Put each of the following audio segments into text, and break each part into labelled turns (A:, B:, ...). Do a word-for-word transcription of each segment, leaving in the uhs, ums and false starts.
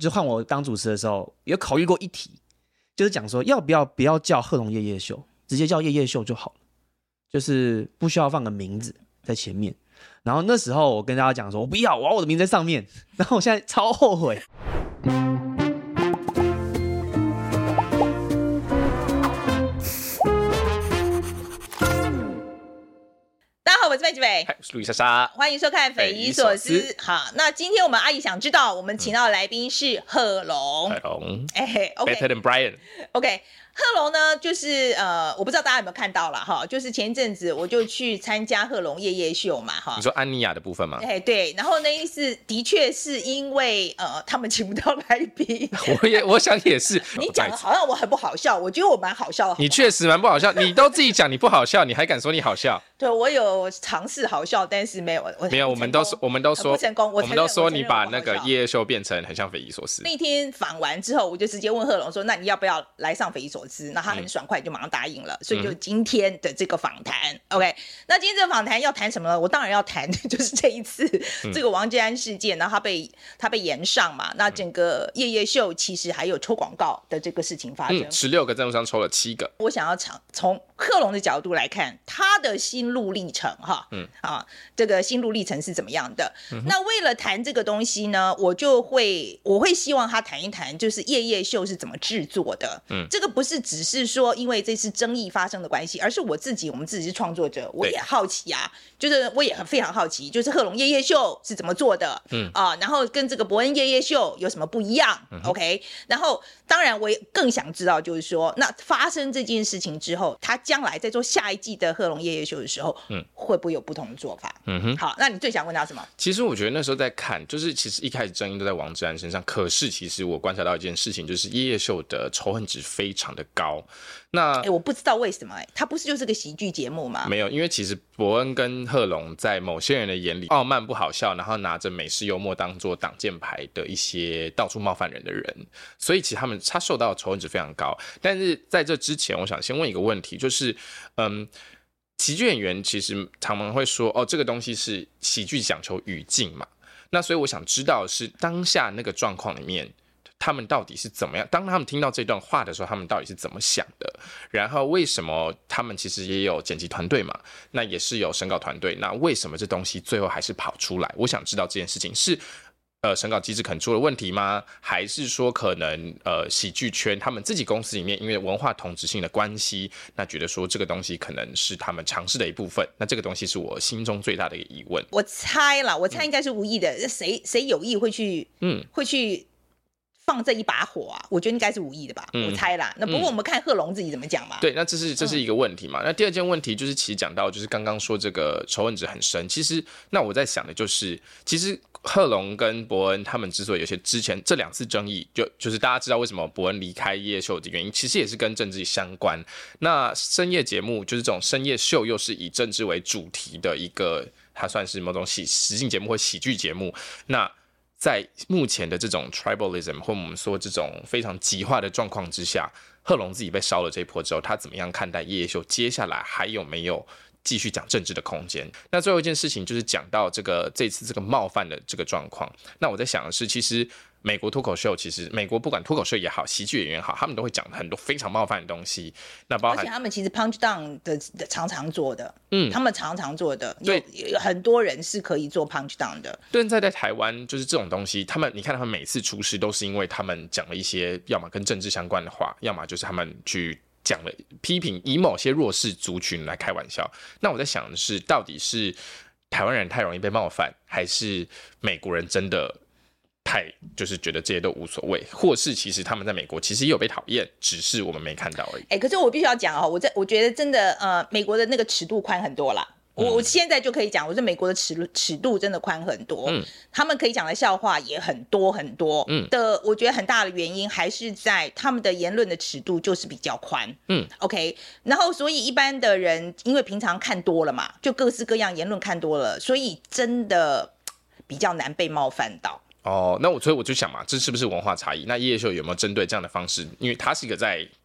A: 就换我当主持的时候，有考虑过一题，就是讲说要不要不要叫贺龙夜夜秀，直接叫夜夜秀就好了，就是不需要放个名字在前面。然后那时候我跟大家讲说，我不要，我要我的名字在上面。然后我现在超后悔。
B: 我是麦吉伟，
C: 我是路易莎莎，
B: 欢迎收看《匪夷所思》。好，那今天我们阿姨想知道，我们请到的来宾是贺龙。
C: 贺龙，
B: 哎
C: ，Better than Brian。OK，
B: 贺龙呢，就是呃，我不知道大家有没有看到啦哈，就是前一阵子我就去参加贺龙夜夜秀嘛哈。
C: 你说安妮亚的部分吗？
B: 哎，对，然后那一次的确是因为呃，他们请不到来宾。
C: 我也我想也是。
B: 你讲的好像我很不好笑，我觉得我蛮好笑的。
C: 你确实蛮不好笑，你都自己讲你不好笑，你还敢说你好笑？
B: 对，我有尝试好笑，但是没有，我
C: 没有，我们都说，我们都说
B: 不成功，
C: 我们都说你把那个夜夜秀变成很像匪夷所思。
B: 那天访完之后，我就直接问贺龙说：“那你要不要来上匪夷所思？”那他很爽快就马上答应了，所以就今天的这个访谈、嗯、，OK。那今天这个访谈要谈什么呢？我当然要谈，就是这一次这个王建安事件，然后他被他被延上嘛，那整个夜夜秀其实还有抽广告的这个事情发生，
C: 嗯，十六个赞助商抽了七个。
B: 我想要从贺龙的角度来看他的心路历程哈，嗯啊，这个心路历程是怎么样的？嗯、那为了谈这个东西呢，我就会我会希望他谈一谈，就是夜夜秀是怎么制作的。嗯，这个不是只是说因为这次争议发生的关系，而是我自己，我们自己是创作者，我也好奇啊，就是我也很非常好奇，就是贺龙夜夜秀是怎么做的？嗯啊，然后跟这个伯恩夜夜秀有什么不一样、嗯、？OK， 然后当然我也更想知道，就是说那发生这件事情之后，他将来在做下一季的贺龙夜夜秀的时候，嗯，会不会有不同的做法？嗯哼，好，那你最想问他什么？
C: 其实我觉得那时候在看，就是其实一开始争议都在王志安身上，可是其实我观察到一件事情，就是夜夜秀的仇恨值非常的高。那
B: 哎，我不知道为什么、欸，他不是就是个喜剧节目吗？
C: 没有，因为其实伯恩跟贺龙在某些人的眼里傲慢不好笑，然后拿着美式幽默当做挡箭牌的一些到处冒犯人的人，所以其实他们他受到的仇恨值非常高。但是在这之前，我想先问一个问题，就是嗯。喜剧演员其实常常会说，哦，这个东西是喜剧讲求语境嘛。那所以我想知道的是，当下那个状况里面，他们到底是怎么样？当他们听到这段话的时候，他们到底是怎么想的？然后为什么他们其实也有剪辑团队嘛？那也是有审稿团队。那为什么这东西最后还是跑出来？我想知道这件事情是。呃，审稿机制可能出了问题吗？还是说可能呃喜剧圈他们自己公司里面因为文化同质性的关系，那觉得说这个东西可能是他们尝试的一部分？那这个东西是我心中最大的一个疑问。
B: 我猜啦，我猜应该是无意的，谁、嗯、谁有意会去，嗯，会去放这一把火啊？我觉得应该是无意的吧，嗯、我猜啦。那不过我们看贺龙自己怎么讲嘛。
C: 对，那这是这是一个问题嘛。嗯、那第二件问题就是，其实讲到就是刚刚说这个仇恨值很深，其实那我在想的就是，其实。贺龙跟伯恩他们之所以有些之前这两次争议，就就是大家知道为什么伯恩离开夜夜秀的原因，其实也是跟政治相关。那深夜节目就是这种深夜秀，又是以政治为主题的一个，它算是某种喜实境节目或喜剧节目。那在目前的这种 tribalism 或我们说这种非常极化的状况之下，贺龙自己被烧了这一波之后，他怎么样看待夜夜秀？接下来还有没有？继续讲政治的空间。那最后一件事情就是讲到这个这次这个冒犯的这个状况。那我在想的是，其实美国脱口秀，其实美国不管脱口秀也好，喜剧演员也好，他们都会讲很多非常冒犯的东西。那包含
B: 而且他们其实 punch down 的, 的常常做的，嗯，他们常常做的，对，有很多人是可以做 punch down 的。
C: 对，在在台湾就是这种东西，他们你看他们每次出事都是因为他们讲了一些要么跟政治相关的话，要么就是他们去。讲了批评以某些弱势族群来开玩笑，那我在想的是，到底是台湾人太容易被冒犯，还是美国人真的太就是觉得这些都无所谓，或是其实他们在美国其实也有被讨厌，只是我们没看到而已。
B: 哎、欸，可是我必须要讲哦，我在我觉得真的呃，美国的那个尺度宽很多啦。我现在就可以讲，我说美国的 尺, 尺度真的宽很多，嗯，他们可以讲的笑话也很多很多，嗯的，我觉得很大的原因还是在他们的言论的尺度就是比较宽，嗯 ，OK， 然后所以一般的人因为平常看多了嘛，就各式各样言论看多了，所以真的比较难被冒犯到。
C: 哦，那我所以我就想嘛，这是不是文化差异？那夜夜秀有没有针对这样的方式？因为它是一个在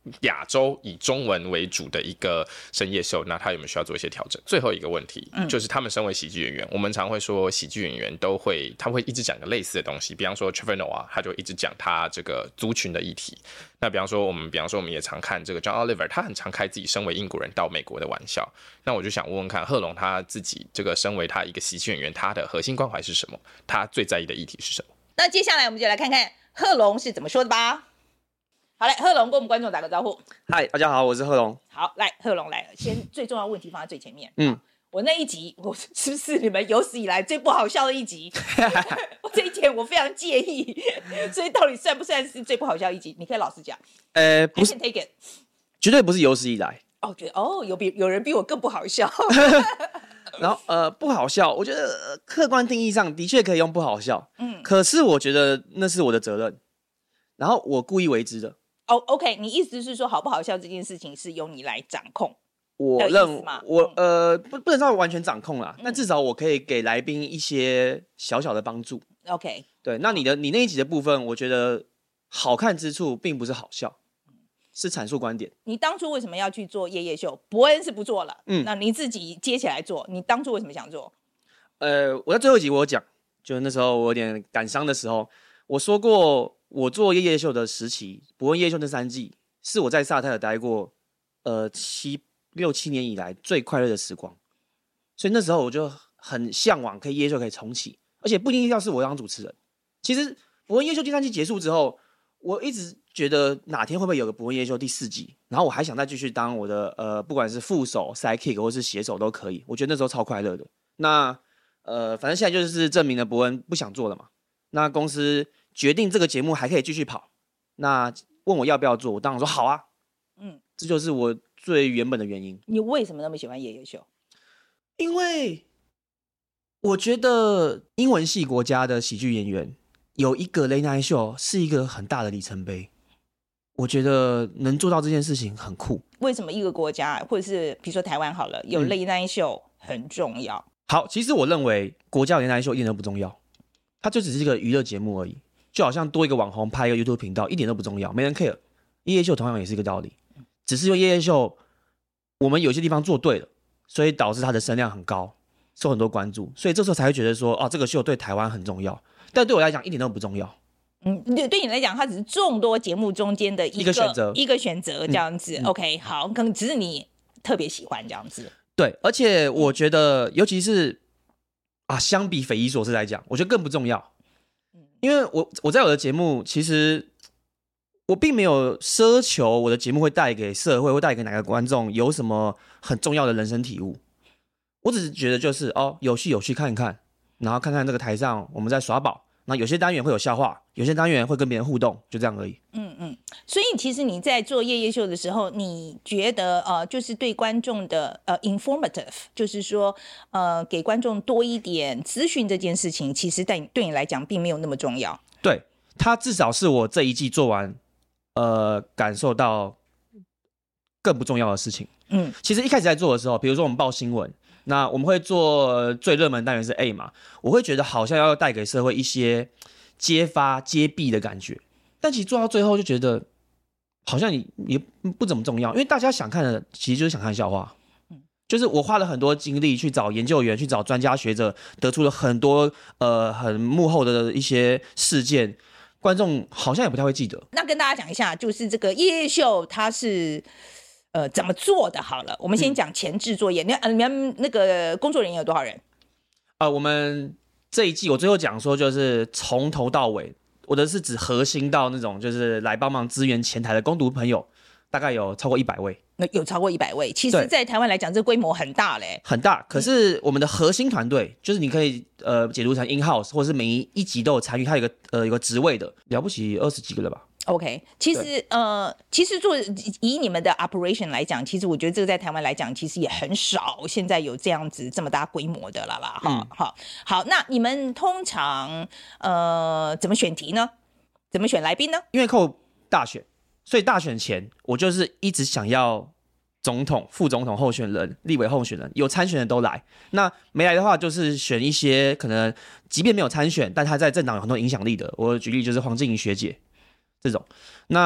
C: 亚洲以中文为主的一个深夜秀，那他有没有需要做一些调整？最后一个问题、嗯、就是他们身为喜剧演员，我们常会说喜剧演员都会他会一直讲个类似的东西，比方说 Trevor Noah 他就一直讲他这个族群的议题。那比方说我们，比方说我们也常看这个 John Oliver， 他很常开自己身为英国人到美国的玩笑。那我就想问问看，贺龙他自己这个身为他一个喜剧演员，他的核心关怀是什么？他最在意的议题是什么？
B: 那接下来我们就来看看贺龙是怎么说的吧。好嘞，贺龙跟我们观众打个招呼。
A: 嗨，大家好，我是贺龙。
B: 好，来，贺龙来了，先最重要的问题放在最前面。
A: 嗯。
B: 我那一集，我是不是你们有史以来最不好笑的一集？我这一点我非常介意，所以到底算不算是最不好笑的一集？你可以老实讲。
A: 呃，不是
B: ，take it，
A: 绝对不是有史以来。
B: 哦，觉得哦，有比有人比我更不好笑。
A: 然后呃，不好笑，我觉得、呃、客观定义上的确可以用不好笑。
B: 嗯，
A: 可是我觉得那是我的责任，然后我故意为之的。
B: 哦、oh, ，OK， 你意思是说好不好笑这件事情是由你来掌控？
A: 我认我呃不不能说完全掌控啦、嗯，但至少我可以给来宾一些小小的帮助。
B: OK，
A: 对，那你的你那一集的部分，我觉得好看之处并不是好笑，是阐述观点。
B: 你当初为什么要去做夜夜秀？伯恩是不做了，
A: 嗯，
B: 那你自己接起来做。你当初为什么想做？
A: 呃，我在最后一集我有讲，就那时候我有点感伤的时候，我说过我做夜夜秀的时期，伯恩夜夜秀那三季是我在萨泰尔待过呃七。六七年以来最快乐的时光，所以那时候我就很向往可以夜夜秀可以重启，而且不一定要是我当主持人。其实伯恩夜夜秀第三季结束之后，我一直觉得哪天会不会有个伯恩夜夜秀第四季，然后我还想再继续当我的呃，不管是副手、sidekick 或是写手都可以。我觉得那时候超快乐的。那呃，反正现在就是证明了伯恩不想做了嘛。那公司决定这个节目还可以继续跑，那问我要不要做，我当然说好啊。嗯，这就是我最原本的原因。
B: 你为什么那么喜欢夜夜秀？
A: 因为我觉得英文系国家的喜剧演员有一个 late night show 是一个很大的里程碑。我觉得能做到这件事情很酷。
B: 为什么一个国家，或者是比如说台湾好了，有 late night show 很重要？
A: 嗯、好，其实我认为国家有 late night show 一点都不重要，它就只是一个娱乐节目而已。就好像多一个网红拍一个 YouTube 频道，一点都不重要，没人 care。夜夜秀同样也是一个道理。只是因为夜夜秀，我们有些地方做对了，所以导致它的声量很高，受很多关注，所以这时候才会觉得说，哦，这个秀对台湾很重要。但对我来讲，一点都不重要。
B: 嗯，对，对你来讲，它只是众多节目中间的一个,
A: 一个选择，
B: 一个选择这样子。
A: 嗯、
B: OK， 好，可能只是你特别喜欢这样子。
A: 对，而且我觉得，尤其是啊，相比匪夷所思来讲，我觉得更不重要。因为我我在我的节目其实。我并没有奢求我的节目会带给社会，会带给哪个观众有什么很重要的人生体悟。我只是觉得就是哦，有趣有趣看一看，然后看看这个台上我们在耍宝。那有些单元会有笑话，有些单元会跟别人互动，就这样而已。
B: 嗯嗯。所以其实你在做夜夜秀的时候，你觉得呃，就是对观众的呃 informative， 就是说呃，给观众多一点资讯这件事情，其实对对你来讲并没有那么重要。
A: 对，它至少是我这一季做完。呃，感受到更不重要的事情。嗯，其实一开始在做的时候，比如说我们报新闻，那我们会做最热门单元是 A 嘛，我会觉得好像要带给社会一些揭发、揭弊的感觉，但其实做到最后就觉得好像也也不怎么重要，因为大家想看的其实就是想看笑话。嗯，就是我花了很多精力去找研究员、去找专家学者，得出了很多呃很幕后的一些事件。观众好像也不太会记得。
B: 那跟大家讲一下，就是这个夜夜秀它是呃怎么做的？好了，我们先讲前置作业。你、嗯、你们那个工作人员有多少人？
A: 啊、呃，我们这一季我最后讲说，就是从头到尾，我的是指核心到那种就是来帮忙支援前台的工读朋友，大概有超过一百位。
B: 那有超过一百位，其实在台湾来讲，这规模很大嘞，
A: 很大。可是我们的核心团队，就是你可以呃解读成 in house， 或是每一集都有参与，它有个呃有个职位的，了不起二十几个了吧
B: ？OK， 其实呃，其实做以你们的 operation 来讲，其实我觉得这个在台湾来讲，其实也很少，现在有这样子这么大规模的了啦。哈、嗯，好，好，那你们通常呃怎么选题呢？怎么选来宾呢？
A: 因为扣大选。所以大选前，我就是一直想要总统、副总统候选人、立委候选人，有参选的都来。那没来的话，就是选一些可能即便没有参选，但他在政党有很多影响力的。我举例就是黄静怡学姐这种。那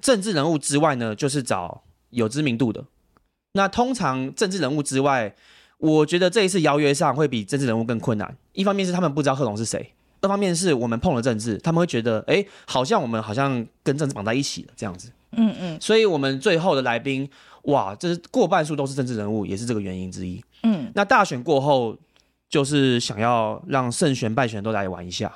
A: 政治人物之外呢，就是找有知名度的。那通常政治人物之外，我觉得这一次邀约上会比政治人物更困难。一方面是他们不知道贺龙是谁，二方面是我们碰了政治，他们会觉得，哎，好像我们好像跟政治绑在一起了这样子。
B: 嗯嗯。
A: 所以我们最后的来宾，哇，这是过半数都是政治人物，也是这个原因之一。嗯。那大选过后，就是想要让胜选败选都来玩一下。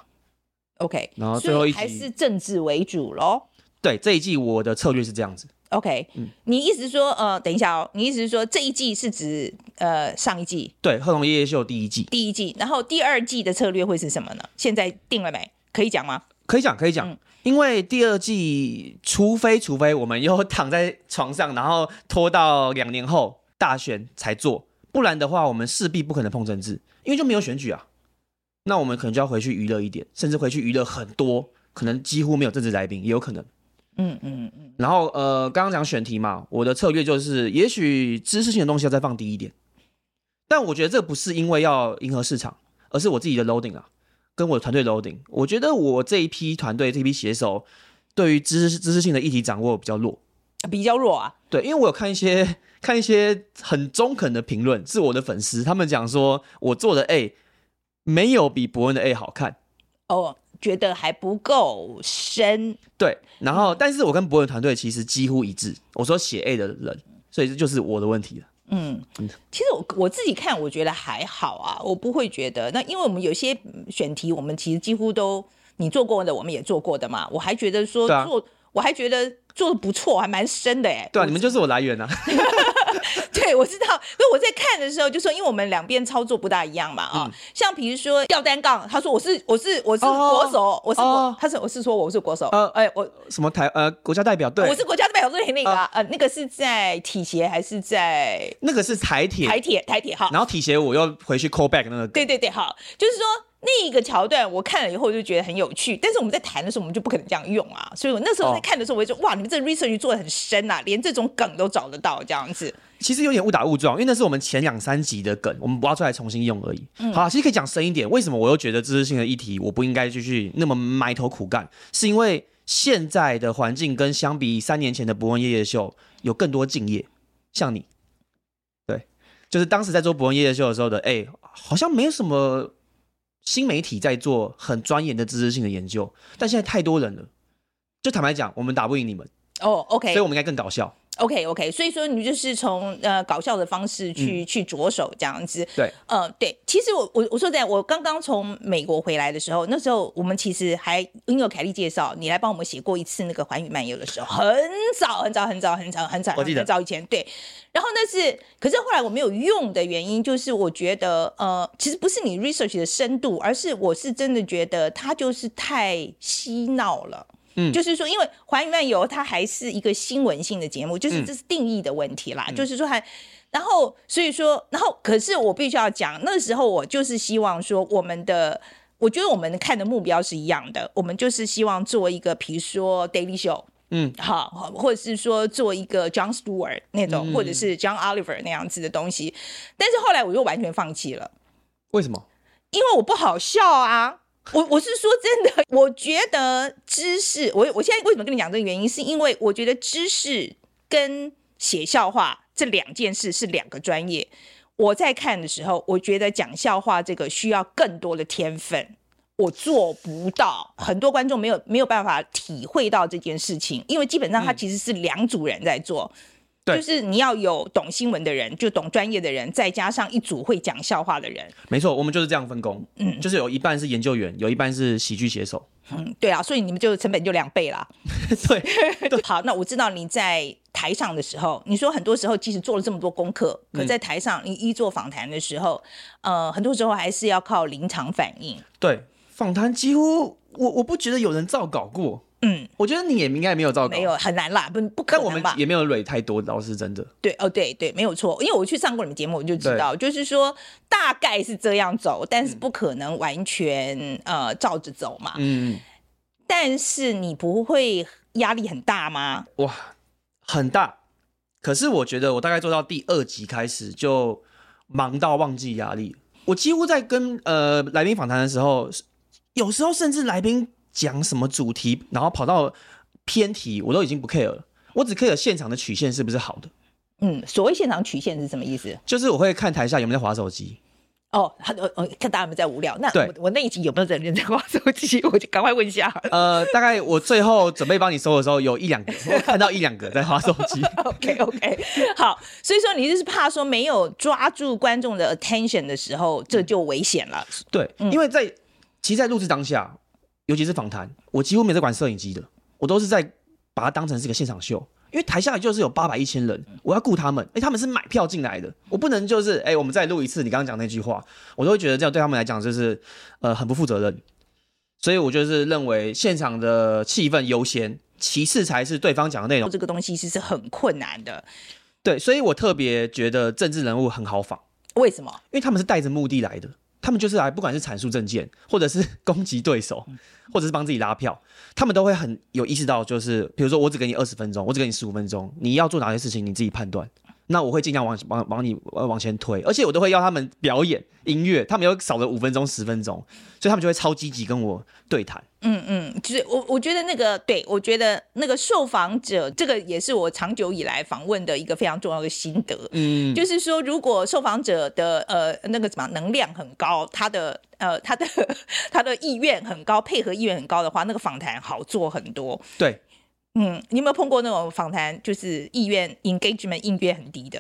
B: OK。
A: 然后最后一集
B: 还是政治为主咯。
A: 对，这一季我的策略是这样子。
B: OK，嗯，你意思是说，呃，等一下哦，你意思是说这一季是指呃上一季？
A: 对，贺龙夜夜秀第一季。
B: 第一季，然后第二季的策略会是什么呢？现在定了没？可以讲吗？
A: 可以讲，可以讲。嗯，因为第二季，除非除非我们又躺在床上，然后拖到两年后大选才做，不然的话，我们势必不可能碰政治，因为就没有选举啊。那我们可能就要回去娱乐一点，甚至回去娱乐很多，可能几乎没有政治来宾，也有可能。嗯嗯嗯。然后呃，刚刚讲选题嘛，我的策略就是，也许知识性的东西要再放低一点，但我觉得这不是因为要迎合市场，而是我自己的 loading 啊，跟我的团队 loading。我觉得我这一批团队这一批写手，对于知识知识性的议题掌握比较弱，
B: 比较弱啊。
A: 对，因为我有看一些看一些很中肯的评论，是我的粉丝，他们讲说我做的 A 没有比伯恩的 A 好看。哦。
B: 觉得还不够深，
A: 对，然后、嗯、但是我跟伯恩团队其实几乎一致。我说写 A 的人，所以这就是我的问题了。嗯，
B: 其实我我自己看，我觉得还好啊，我不会觉得。那因为我们有些选题，我们其实几乎都你做过的，我们也做过的嘛。我还觉得说做，啊、我还觉得做的不错，还蛮深的哎。
A: 对啊，你们就是我来源啊。
B: 对，我知道，所以我在看的时候就说，因为我们两边操作不大一样嘛，啊、嗯，像比如说吊单杠，他说我是我是我是国手，哦、我是国，哦、他是我是说我是国手，呃，哎，我
A: 什么台呃国家代表队，
B: 我是国家代表队那个、啊，呃，那个是在体协还是在
A: 那个是台铁，
B: 台铁台铁好，
A: 然后体协我又回去 call back 那个，
B: 对对对，好，就是说。那个桥段我看了以后就觉得很有趣，但是我们在谈的时候我们就不可能这样用啊，所以我那时候在看的时候我就说、哦、哇，你们这 research 做得很深啊，连这种梗都找得到这样子。
A: 其实有点误打误撞，因为那是我们前两三集的梗，我们挖出来重新用而已。嗯、好，其实可以讲深一点，为什么我又觉得知识性的议题我不应该继续那么埋头苦干，是因为现在的环境跟相比三年前的伯恩夜夜秀有更多敬业，像你，对，就是当时在做伯恩夜夜秀的时候的，哎，好像没有什么。新媒体在做很专研的知识性的研究，但现在太多人了，就坦白讲，我们打不赢你们。
B: 哦、oh, ，OK，
A: 所以我们应该更搞笑。
B: OK OK， 所以说你就是从呃搞笑的方式去、嗯、去着手这样子。
A: 对，
B: 呃对，其实我我我说实在，我刚刚从美国回来的时候，那时候我们其实还因为凯莉介绍你来帮我们写过一次那个环宇漫游的时候，很早很早很早很早很早很早以前，对。然后那是，可是后来我没有用的原因，就是我觉得呃，其实不是你 research 的深度，而是我是真的觉得它就是太嬉闹了。嗯，就是说，因为《环宇漫游》它还是一个新闻性的节目，就是这是定义的问题啦。嗯、就是说还，然后所以说，然后可是我必须要讲，那时候我就是希望说，我们的，我觉得我们看的目标是一样的，我们就是希望做一个，比如说 Daily Show， 嗯，好，或者是说做一个 Jon Stewart 那种，嗯、或者是 John Oliver 那样子的东西。但是后来我又完全放弃了。
A: 为什么？
B: 因为我不好笑啊。我我是说真的，我觉得知识，我我现在为什么跟你讲这个原因，是因为我觉得知识跟写笑话这两件事是两个专业。我在看的时候，我觉得讲笑话这个需要更多的天分，我做不到，很多观众没有没有办法体会到这件事情，因为基本上它其实是两组人在做。嗯就是你要有懂新闻的人，就懂专业的人，再加上一组会讲笑话的人。
A: 没错，我们就是这样分工。嗯，就是有一半是研究员，有一半是喜剧写手。
B: 嗯，对啊，所以你们就成本就两倍啦。
A: 对对。
B: 好，那我知道你在台上的时候，你说很多时候即使做了这么多功课，可在台上你一做访谈的时候，呃，很多时候还是要靠临场反应。
A: 对，访谈几乎我我不觉得有人照稿过。嗯，我觉得你也应该没有照稿，
B: 没有很难啦，不不可能吧？
A: 但我们也没有蕊太多，倒是真的。
B: 对哦，对对，没有错，因为我去上过你们节目，我就知道，就是说大概是这样走，但是不可能完全、嗯、呃照着走嘛。嗯，但是你不会压力很大吗？
A: 哇，很大。可是我觉得我大概做到第二集开始就忙到忘记压力。我几乎在跟呃来宾访谈的时候，有时候甚至来宾讲什么主题，然后跑到偏题我都已经不 care 了，我只 care 现场的曲线是不是好的。
B: 嗯，所谓现场曲线是什么意思？
A: 就是我会看台下有没有在滑手机。
B: 哦，他呃，看大家有没有在无聊？那
A: 对
B: 我, 我那一集有没有人在滑手机？我就赶快问一下。
A: 呃，大概我最后准备帮你收的时候，有一两个，我看到一两个在滑手机。
B: OK OK， 好，所以说你就是怕说没有抓住观众的 attention 的时候，这就危险了。
A: 对，嗯、因为在其实，在录制当下，尤其是访谈，我几乎没在管摄影机的，我都是在把它当成是一个现场秀。因为台下就是有八百一千人，我要顾他们，哎、欸，他们是买票进来的，我不能就是哎、欸，我们再录一次你刚刚讲那句话，我都会觉得这样对他们来讲就是呃很不负责任，所以我就是认为现场的气氛优先，其次才是对方讲的内容。
B: 这个东西其实是很困难的，
A: 对，所以我特别觉得政治人物很好仿，
B: 为什么？
A: 因为他们是带着目的来的。他们就是来，不管是阐述政见，或者是攻击对手，或者是帮自己拉票，他们都会很有意识到，就是比如说我只给你二十分钟，我只给你十五分钟，你要做哪些事情你自己判断。那我会尽量往往往你往前推，而且我都会要他们表演音乐，他们又少了五分钟十分钟，所以他们就会超积极跟我对谈。
B: 嗯嗯，就是我我觉得那个对我觉得那个受访者，这个也是我长久以来访问的一个非常重要的心得。嗯，就是说如果受访者的呃那个什么能量很高，他的呃他的他的意愿很高，配合意愿很高的话，那个访谈好做很多。
A: 对。
B: 嗯，你有没有碰过那种访谈，就是意愿 engagement 意愿很低的？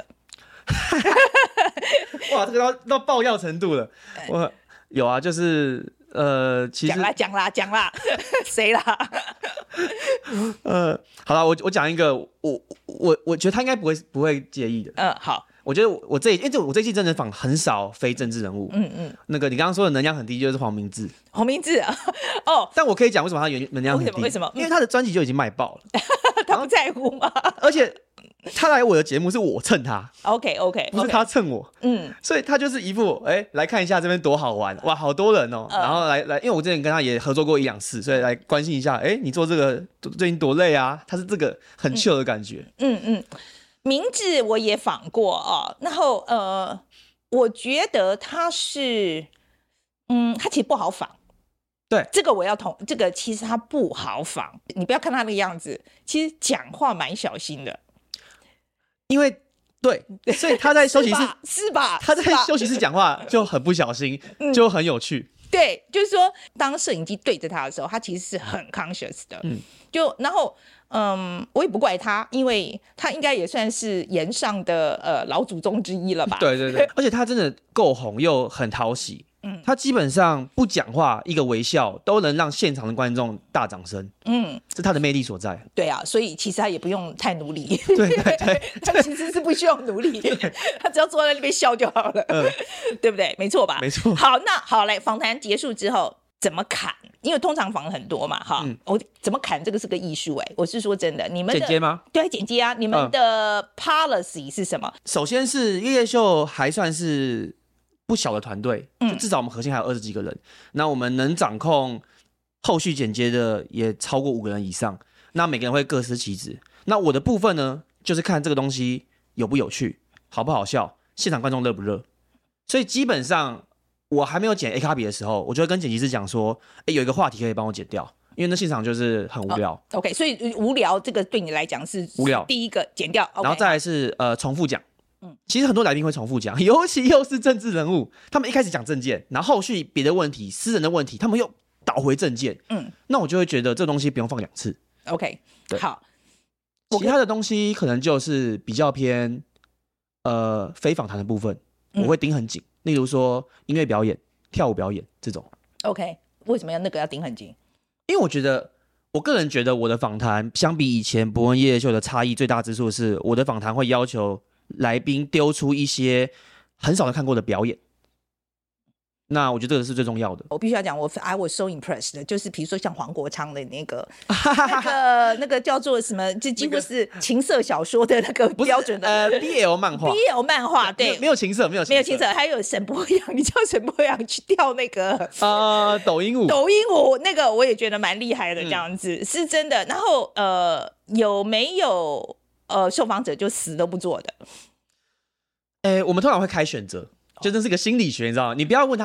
A: 哇，这个到到爆料程度了。我有啊，就是呃，其实
B: 讲啦讲啦讲啦，谁啦？
A: 呃，好啦，我我讲一个，我我我觉得他应该不会不会介意的。
B: 嗯，好。
A: 我觉得我这因为这我这季真人访很少非政治人物，嗯嗯，那个你刚刚说的能量很低就是黄明志，
B: 黄明志啊，哦，
A: 但我可以讲为什么他能量很低？
B: 为什么？
A: 因为他的专辑就已经卖爆了，
B: 他不在乎吗？
A: 而且他来我的节目是我蹭他
B: ，OK OK，
A: 不是他蹭我，嗯，所以他就是一副哎、欸、来看一下这边多好玩，哇，好多人哦、喔，嗯、然后来来，因为我之前跟他也合作过一两次，所以来关心一下，哎、欸，你做这个最近多累啊？他是这个很 chill 的感觉，
B: 嗯嗯。嗯明志我也访过啊，然后呃，我觉得他是，嗯，他其实不好访。
A: 对，
B: 这个我要同，这个其实他不好访。你不要看他那个样子，其实讲话蛮小心的。
A: 因为对，所以他在休息室
B: 是吧？
A: 他在休息室讲话就很不小心，嗯、就很有趣。
B: 对，就是说，当摄影机对着他的时候，他其实是很 conscious 的。嗯，就然后，嗯，我也不怪他，因为他应该也算是岩上的呃老祖宗之一了吧？
A: 对对对，而且他真的够红又很讨喜。嗯，他基本上不讲话，一个微笑都能让现场的观众大掌声。嗯，这是他的魅力所在。
B: 对啊，所以其实他也不用太努力。
A: 对对对，
B: 他其实是不需要努力，他只要坐在那边笑就好了。嗯，对不对？没错吧？
A: 没错。
B: 好，那好嘞，访谈结束之后怎么砍？因为通常访很多嘛，哈，嗯、我怎么砍这个是个艺术哎。我是说真的，你们的
A: 剪接吗？
B: 对，剪接啊。你们的 policy 是什么？
A: 嗯、首先是夜夜秀还算是不小的团队，就至少我们核心还有二十几个人，嗯、那我们能掌控后续剪接的也超过五个人以上，那每个人会各司其职。那我的部分呢，就是看这个东西有不有趣，好不好笑，现场观众热不热。所以基本上我还没有剪 A 卡比的时候，我就会跟剪辑师讲说，哎，有一个话题可以帮我剪掉，因为那现场就是很无聊。哦、
B: OK， 所以无聊这个对你来讲是
A: 无聊，
B: 第一个剪掉，
A: 然后再来是呃重复讲。其实很多来宾会重复讲，尤其又是政治人物，他们一开始讲政见，然后后续别的问题、私人的问题，他们又倒回政见。嗯，那我就会觉得这东西不用放两次。
B: OK， 对，好。
A: 其他的东西可能就是比较偏呃非访谈的部分，我会盯很紧。嗯、例如说音乐表演、跳舞表演这种。
B: OK， 为什么要那个要盯很紧？
A: 因为我觉得，我个人觉得我的访谈相比以前博恩夜夜秀的差异最大之处是，我的访谈会要求来宾丢出一些很少人看过的表演，那我觉得这个是最重要的。
B: 我必须要讲，我 I was so impressed 的，就是比如说像黄国昌的那个那个那个叫做什么，就几乎是情色小说的那个标准的
A: 呃 B L 漫画
B: B L 漫画，对，
A: 没有情色，没有情色，
B: 没有情色，还有沈博阳，你叫沈博阳去跳那个
A: 呃抖音舞，
B: 抖音舞那个我也觉得蛮厉害的，这样子、嗯、是真的。然后呃有没有呃受访者就死都不做的？
A: 欸、我们通常会开选择，就这是个心理学，你知道吗？你不要问他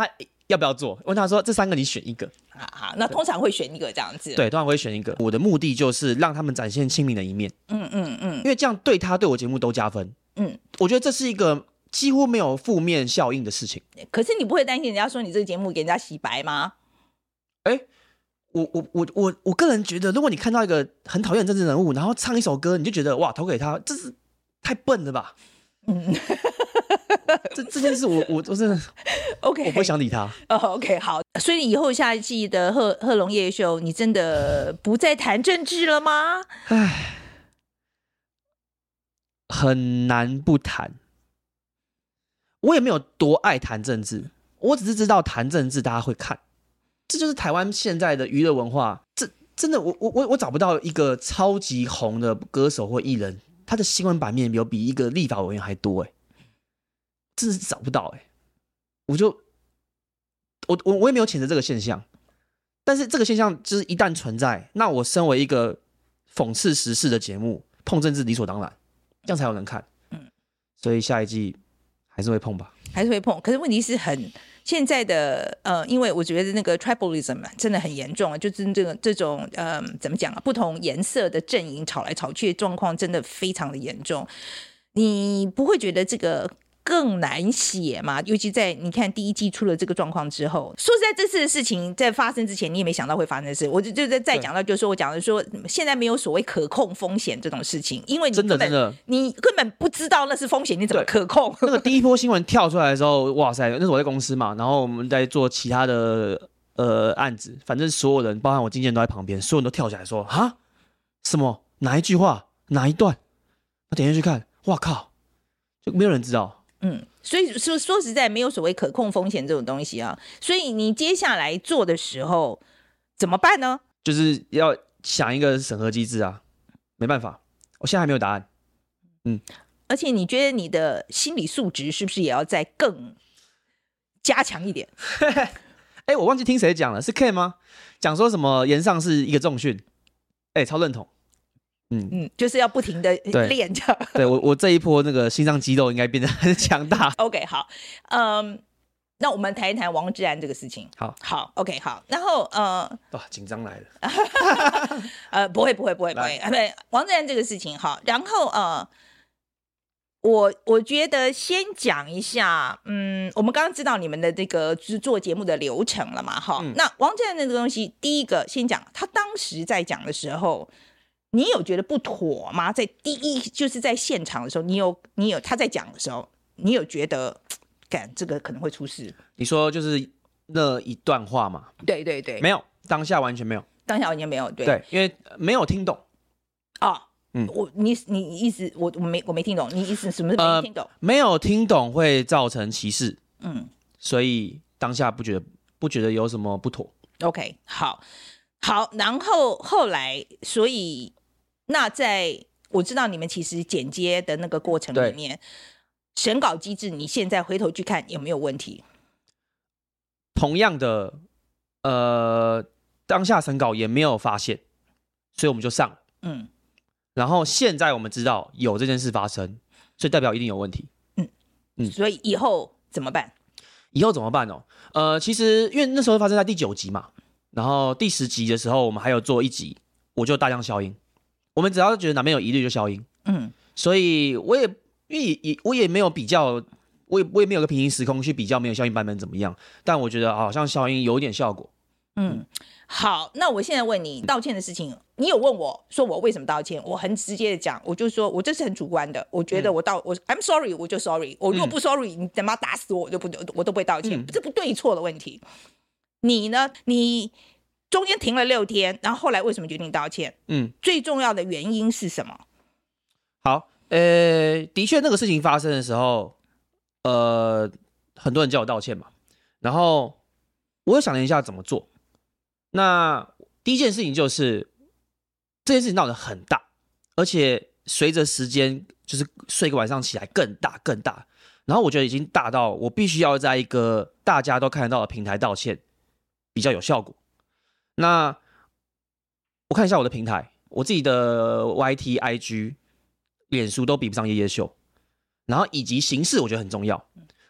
A: 要不要做？问他说这三个你选一个。
B: 好好，那通常会选一个这样子。
A: 对，通常会选一个。我的目的就是让他们展现亲民的一面。
B: 嗯嗯嗯，
A: 因为这样对他对我节目都加分。嗯，我觉得这是一个几乎没有负面效应的事情。
B: 可是你不会担心人家说你这个节目给人家洗白吗？
A: 哎、欸，我我我我我个人觉得，如果你看到一个很讨厌的政治人物，然后唱一首歌，你就觉得哇，投给他，这是太笨了吧？嗯，这这件事我我我真的
B: OK，
A: 我不想理他。
B: 哦、oh, OK， 好，所以以后下一季的贺贺龙夜夜秀，你真的不再谈政治了吗？唉，
A: 很难不谈。我也没有多爱谈政治，我只是知道谈政治大家会看。这就是台湾现在的娱乐文化，这真的我我我找不到一个超级红的歌手或艺人，他的新闻版面有比一个立法委员还多哎、欸，真的是找不到哎、欸。我就我我我也没有谴责这个现象，但是这个现象就是一旦存在，那我身为一个讽刺时事的节目，碰政治理所当然，这样才有人看。嗯，所以下一季还是会碰吧，
B: 还是会碰。可是问题是很。现在的呃，因为我觉得那个 tribalism 真的很严重啊，就是这个这种呃，怎么讲啊？不同颜色的阵营吵来吵去的状况真的非常的严重。你不会觉得这个更难写吗？尤其在你看第一季出了这个状况之后，说实在，这次的事情在发生之前，你也没想到会发生的事。我就就在再讲到，就是说我讲的说，现在没有所谓可控风险这种事情，因为你根本
A: 真的真的
B: 你根本不知道那是风险，你怎么可控？
A: 那个第一波新闻跳出来的时候，哇塞，那是我在公司嘛，然后我们在做其他的呃案子，反正所有人，包含我经纪人都在旁边，所有人都跳起来说啊，什么哪一句话哪一段？我点进去看，哇靠，就没有人知道。
B: 嗯，所以说说实在，没有所谓可控风险这种东西啊。所以你接下来做的时候怎么办呢？
A: 就是要想一个审核机制啊，没办法，我现在还没有答案。嗯，
B: 而且你觉得你的心理素质是不是也要再更加强一点？
A: 哎欸，我忘记听谁讲了，是 Ken 吗？讲说什么岩上是一个重训，哎、欸，超认同。嗯
B: 嗯，就是要不停的练这样。
A: 对我，我这一波那个心脏肌肉应该变得很强大。
B: OK， 好，嗯，那我们谈一谈王志安这个事情。
A: 好，
B: 好 ，OK， 好，然后呃，
A: 哇，紧张来了。
B: 呃，不会，不会，不会，不会，对，王志安这个事情，好，然后呃，我我觉得先讲一下，嗯，我们刚刚知道你们的这个制作节目的流程了嘛，哈、嗯，那王志安那个东西，第一个先讲，他当时在讲的时候。你有觉得不妥吗？在第一就是在现场的时候，你有你有他在讲的时候，你有觉得，干这个可能会出事？你
A: 说就是那一段话嘛？
B: 对对对，
A: 没有，当下完全没有，
B: 当下完全没有，对，
A: 对，因为没有听懂。
B: 哦，嗯，我你你意思我我没我没听懂，你意思什么是没听懂？
A: 呃、没有听懂会造成歧视，嗯，所以当下不觉得不觉得有什么不妥。
B: OK， 好，好，然后后来，所以。那在我知道你们其实剪接的那个过程里面，审稿机制，你现在回头去看有没有问题？
A: 同样的，呃，当下审稿也没有发现，所以我们就上了。嗯，然后现在我们知道有这件事发生，所以代表一定有问题。
B: 嗯嗯，所以以后怎么办？
A: 以后怎么办哦？呃，其实因为那时候发生在第九集嘛，然后第十集的时候我们还有做一集，我就大量消音。我们只要觉得哪边有疑虑就消音，嗯，所以我也因为也我也没有比较，我也我也没有个平行时空去比较没有消音版本怎么样，但我觉得好像消音有一点效果。
B: 嗯，好，那我现在问你道歉的事情，你有问我说我为什么道歉？我很直接的讲，我就说我这是很主观的，我觉得我道、嗯、我 I'm sorry 我就 sorry， 我如果不 sorry，、嗯、你他妈打死我我就不我都不会道歉，嗯、这不对错的问题。你呢？你。中间停了六天，然后后来为什么决定道歉？嗯，最重要的原因是什么？
A: 好，呃，的确那个事情发生的时候，呃，很多人叫我道歉嘛，然后我又想了一下怎么做。那第一件事情就是这件事情闹得很大，而且随着时间就是睡个晚上起来更大更大，然后我觉得已经大到我必须要在一个大家都看得到的平台道歉，比较有效果。那我看一下我的平台，我自己的 Y T、I G、脸书都比不上夜夜秀，然后以及形式我觉得很重要。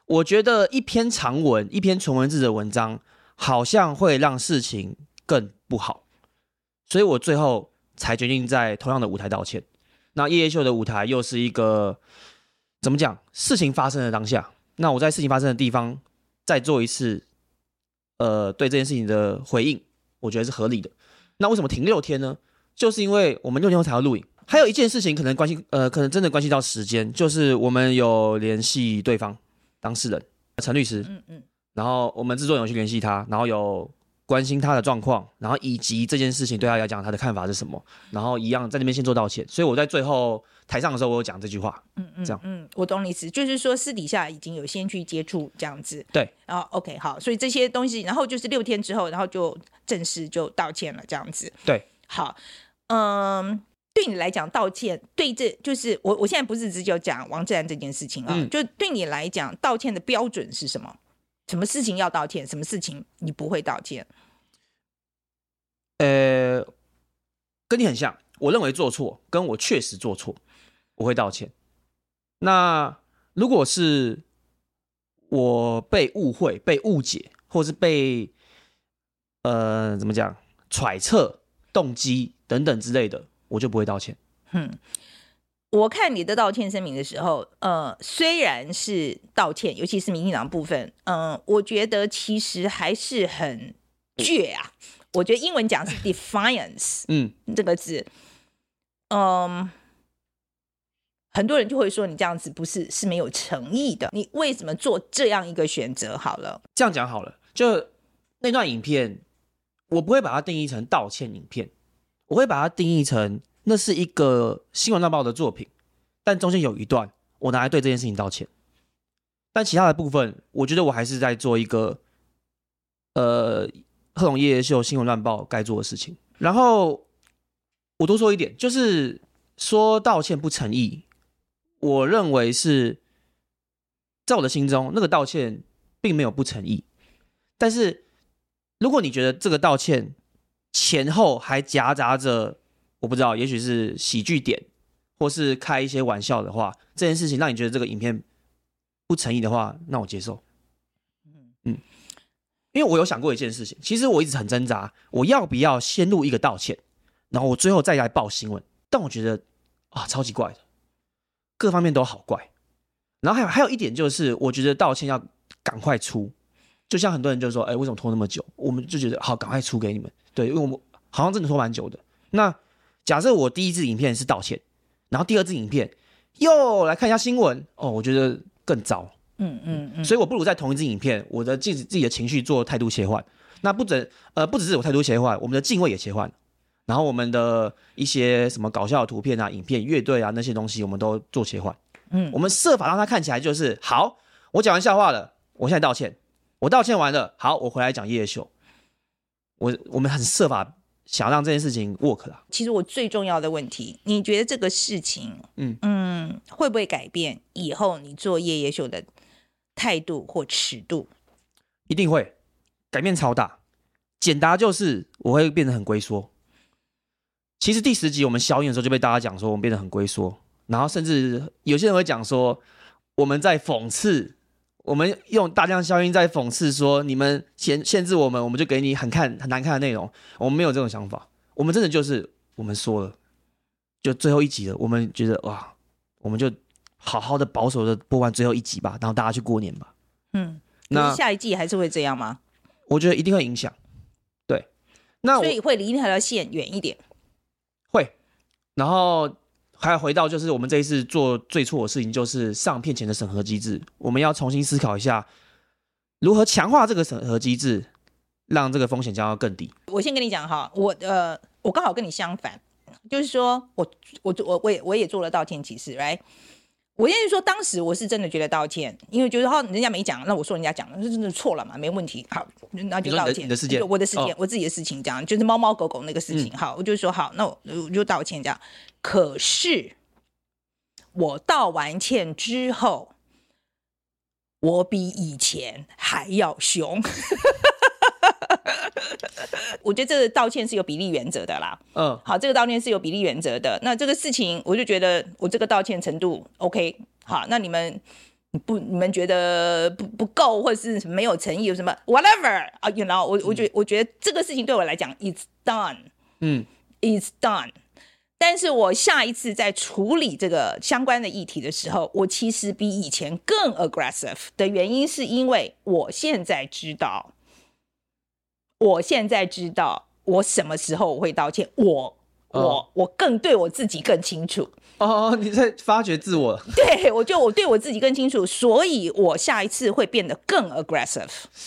A: 我觉得一篇长文、一篇纯文字的文章，好像会让事情更不好，所以我最后才决定在同样的舞台道歉。那夜夜秀的舞台又是一个怎么讲？事情发生的当下，那我在事情发生的地方再做一次，呃，对这件事情的回应，我觉得是合理的。那为什么停六天呢？就是因为我们六天后才要录影。还有一件事情可能关系，呃，可能真的关系到时间，就是我们有联系对方当事人陈律师，嗯嗯，然后我们制作人有去联系他，然后有关心他的状况，然后以及这件事情对他来讲他的看法是什么，然后一样在那边先做道歉。所以我在最后台上的时候，我有讲这句话，嗯嗯，这样，
B: 嗯，我懂你意思，就是说私底下已经有先去接触这样子，
A: 对，
B: 然后 OK 好，所以这些东西，然后就是六天之后，然后就正式就道歉了，这样子，
A: 对，
B: 好，嗯。对你来讲，道歉对这就是我，我现在不是只有讲王志安这件事情啊，嗯、就对你来讲，道歉的标准是什么？什么事情要道歉，什么事情你不会道歉？
A: 呃，跟你很像，我认为做错，跟我确实做错，我会道歉。那如果是我被误会、被误解，或是被呃怎么讲揣测动机等等之类的，我就不会道歉。
B: 嗯，我看你的道歉声明的时候，呃，虽然是道歉，尤其是民进党部分，嗯、呃，我觉得其实还是很倔啊。我觉得英文讲是 defiance， 嗯，这个字，嗯，很多人就会说你这样子不是是没有诚意的。你为什么做这样一个选择？好了，
A: 这样讲好了，就那段影片，我不会把它定义成道歉影片。我会把它定义成那是一个新闻乱报的作品，但中间有一段我拿来对这件事情道歉，但其他的部分，我觉得我还是在做一个呃贺龙夜夜秀新闻乱报该做的事情。然后我多说一点，就是说道歉不诚意，我认为是在我的心中，那个道歉并没有不诚意，但是如果你觉得这个道歉前后还夹杂着，我不知道，也许是喜剧点，或是开一些玩笑的话，这件事情让你觉得这个影片不诚意的话，那我接受。嗯，因为我有想过一件事情，其实我一直很挣扎，我要不要先录一个道歉，然后我最后再来报新闻？但我觉得啊，超级怪的，各方面都好怪。然后还有还有一点就是，我觉得道歉要赶快出。就像很多人就说，哎、欸，为什么拖那么久？我们就觉得好，赶快出给你们。对，因为我们好像真的拖蛮久的。那假设我第一支影片是道歉，然后第二支影片又来看一下新闻，哦，我觉得更糟。嗯嗯嗯。所以我不如在同一支影片，我的自己自己的情绪做态度切换。那不只呃不只是我态度切换，我们的敬畏也切换。然后我们的一些什么搞笑的图片啊、影片、乐队啊那些东西，我们都做切换。嗯，我们设法让它看起来就是好。我讲完笑话了，我现在道歉。我道歉完了，好，我回来讲夜夜秀。我我们很设法想让这件事情 work 啦。
B: 其实我最重要的问题，你觉得这个事情，嗯嗯，会不会改变以后你做夜夜秀的态度或尺度？
A: 一定会，改变超大。简答就是我会变得很龟缩。其实第十集我们消音的时候就被大家讲说我们变得很龟缩，然后甚至有些人会讲说我们在讽刺。我们用大量消音在讽刺说，你们限限制我们，我们就给你很看很难看的内容。我们没有这种想法，我们真的就是我们说了，就最后一集了，我们觉得哇，我们就好好的保守的播完最后一集吧，然后大家去过年吧。嗯，
B: 那下一季还是会这样吗？
A: 我觉得一定会影响。对，那
B: 所以会离那条线远一点。
A: 会，然后。还要回到就是我们这一次做最错的事情，就是上片前的审核机制，我们要重新思考一下如何强化这个审核机制，让这个风险降到更低。
B: 我先跟你讲哈，我呃，我刚好跟你相反，就是说我我我我也我也做了道歉启事 ，right？ 我跟你说，当时我是真的觉得道歉，因为就是说人家没讲，那我说人家讲了，这真的错了嘛，没问题，好，那就道歉。
A: 你的事件，
B: 我的事件，哦、我自己的事情，这样就是猫猫狗狗那个事情，嗯、好，我就说好，那我我就道歉这样。可是我道完歉之后，我比以前还要凶。我觉得这个道歉是有比例原则的啦。嗯，好，这个道歉是有比例原则的。那这个事情，我就觉得我这个道歉程度 OK。好，那你们不，你们觉得不不够，或者是没有诚意，有什么 whatever 啊 ，you know， 我我觉得、嗯、我觉得这个事情对我来讲 ，it's done， 嗯 ，it's done。但是我下一次在处理这个相关的议题的时候，我其实比以前更 aggressive 的原因，是因为我现在知道，我现在知道我什么时候我会道歉，我。我、哦、我更对我自己更清楚
A: 哦，你在发掘自我。
B: 对，我就我对我自己更清楚，所以我下一次会变得更 aggressive。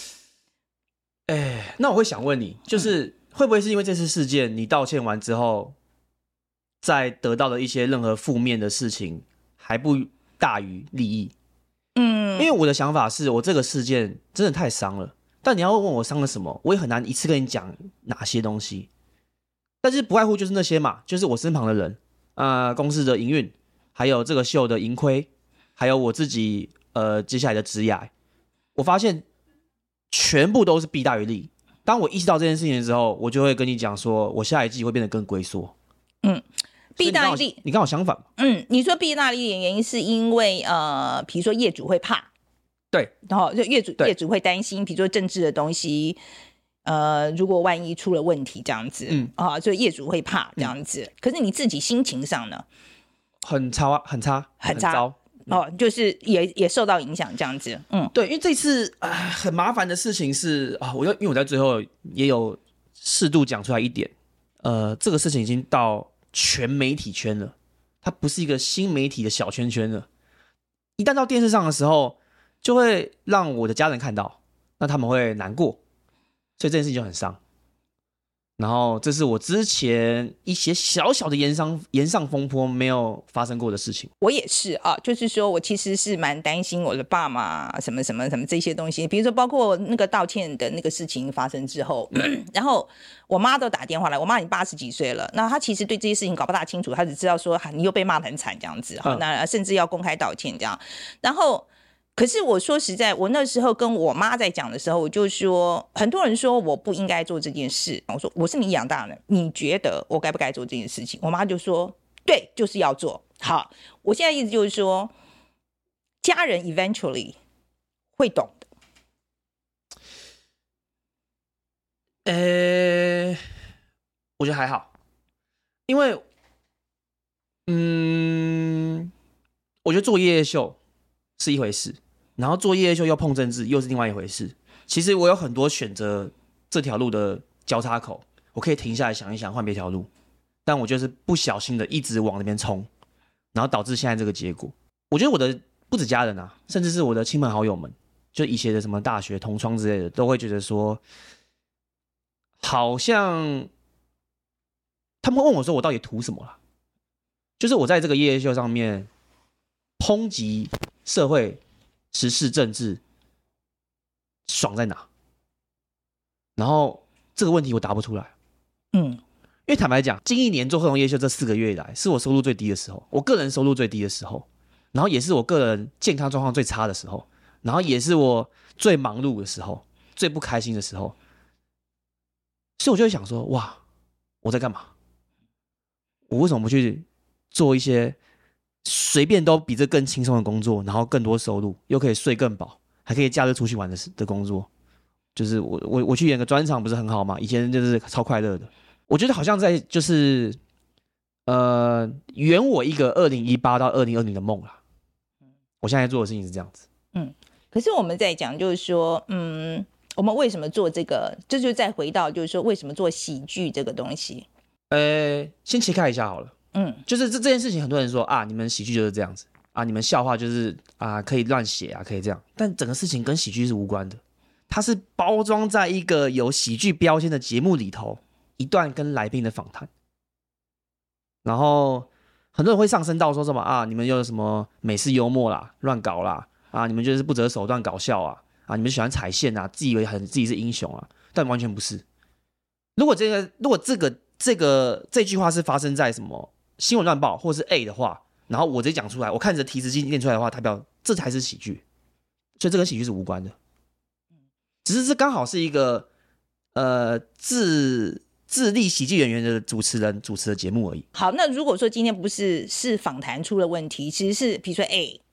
A: 哎，那我会想问你，就是会不会是因为这次事件，你道歉完之后，再得到的一些任何负面的事情，还不大于利益？嗯，因为我的想法是我这个事件真的太伤了，但你要问我伤了什么，我也很难一次跟你讲哪些东西。但是不外乎就是那些嘛，就是我身旁的人，呃，公司的营运，还有这个秀的盈亏，还有我自己呃接下来的职涯，我发现全部都是弊大于利。当我意识到这件事情的时候，我就会跟你讲说，我下一季会变得更龟缩。嗯，
B: 弊大于利，
A: 你刚好相反。
B: 嗯，你说弊大于利的原因是因为呃，比如说业主会怕，
A: 对，
B: 然后就业主业主会担心，比如说政治的东西。呃，如果万一出了问题这样子，嗯啊，所以业主会怕这样子。嗯、可是你自己心情上呢？
A: 很差，很差，
B: 很差，
A: 很糟
B: 哦，就是也也受到影响这样子。嗯，
A: 对，因为这次啊、呃、很麻烦的事情是啊，我因为我在最后也有适度讲出来一点，呃，这个事情已经到全媒体圈了，它不是一个新媒体的小圈圈了。一旦到电视上的时候，就会让我的家人看到，那他们会难过。所以这件事情就很伤，然后这是我之前一些小小的延上延上风波没有发生过的事情。
B: 我也是啊，就是说我其实是蛮担心我的爸妈什么什么什么这些东西，比如说包括那个道歉的那个事情发生之后，然后我妈都打电话来，我妈已经八十几岁了，那她其实对这些事情搞不大清楚，她只知道说你又被骂得很惨这样子，嗯、那甚至要公开道歉这样，然后。可是我说实在，我那时候跟我妈在讲的时候，我就说，很多人说我不应该做这件事。我说我是你养大人，你觉得我该不该做这件事情？我妈就说，对，就是要做。好，我现在意思就是说，家人 eventually 会懂的。
A: 呃，我觉得还好，因为，嗯，我觉得做夜夜秀是一回事。然后做夜夜秀又碰政治，又是另外一回事。其实我有很多选择这条路的交叉口，我可以停下来想一想，换别条路。但我就是不小心的一直往那边冲，然后导致现在这个结果。我觉得我的不止家人啊，甚至是我的亲朋好友们，就以前的什么大学同窗之类的，都会觉得说，好像他们会问我说，我到底图什么啦？就是我在这个夜夜秀上面抨击社会。时事政治爽在哪？然后这个问题我答不出来。嗯，因为坦白讲，近一年做贺龙夜秀这四个月以来，是我收入最低的时候，我个人收入最低的时候，然后也是我个人健康状况最差的时候，然后也是我最忙碌的时候，最不开心的时候。所以我就会想说，哇，我在干嘛？我为什么不去做一些随便都比这更轻松的工作，然后更多收入，又可以睡更饱，还可以假日出去玩 的, 的工作？就是我我我去演个专场不是很好吗？以前就是超快乐的。我觉得好像在就是呃圆我一个二零一八到二零二零的梦啦。我现在做的事情是这样子。
B: 嗯，可是我们在讲就是说，嗯，我们为什么做这个？这就再回到就是说，为什么做喜剧这个东西？
A: 呃，先切开一下好了。嗯，就是这这件事情，很多人说啊，你们喜剧就是这样子啊，你们笑话就是啊，可以乱写啊，可以这样，但整个事情跟喜剧是无关的，它是包装在一个有喜剧标签的节目里头，一段跟来宾的访谈，然后很多人会上升到说什么啊，你们有什么美式幽默啦，乱搞啦，啊，你们就是不择手段搞笑啊，啊，你们喜欢踩线啊，自以为很自己是英雄啊，但完全不是。如果这个如果这个这个这句话是发生在什么新闻乱报或是 A 的话，然后我直接讲出来，我看着提词机念出来的话，代表这才是喜剧，所以这跟喜剧是无关的。只是这刚好是一个呃自自立喜剧演员的主持人主持的节目而已。
B: 好，那如果说今天不是是访谈出了问题，其实是比如说 A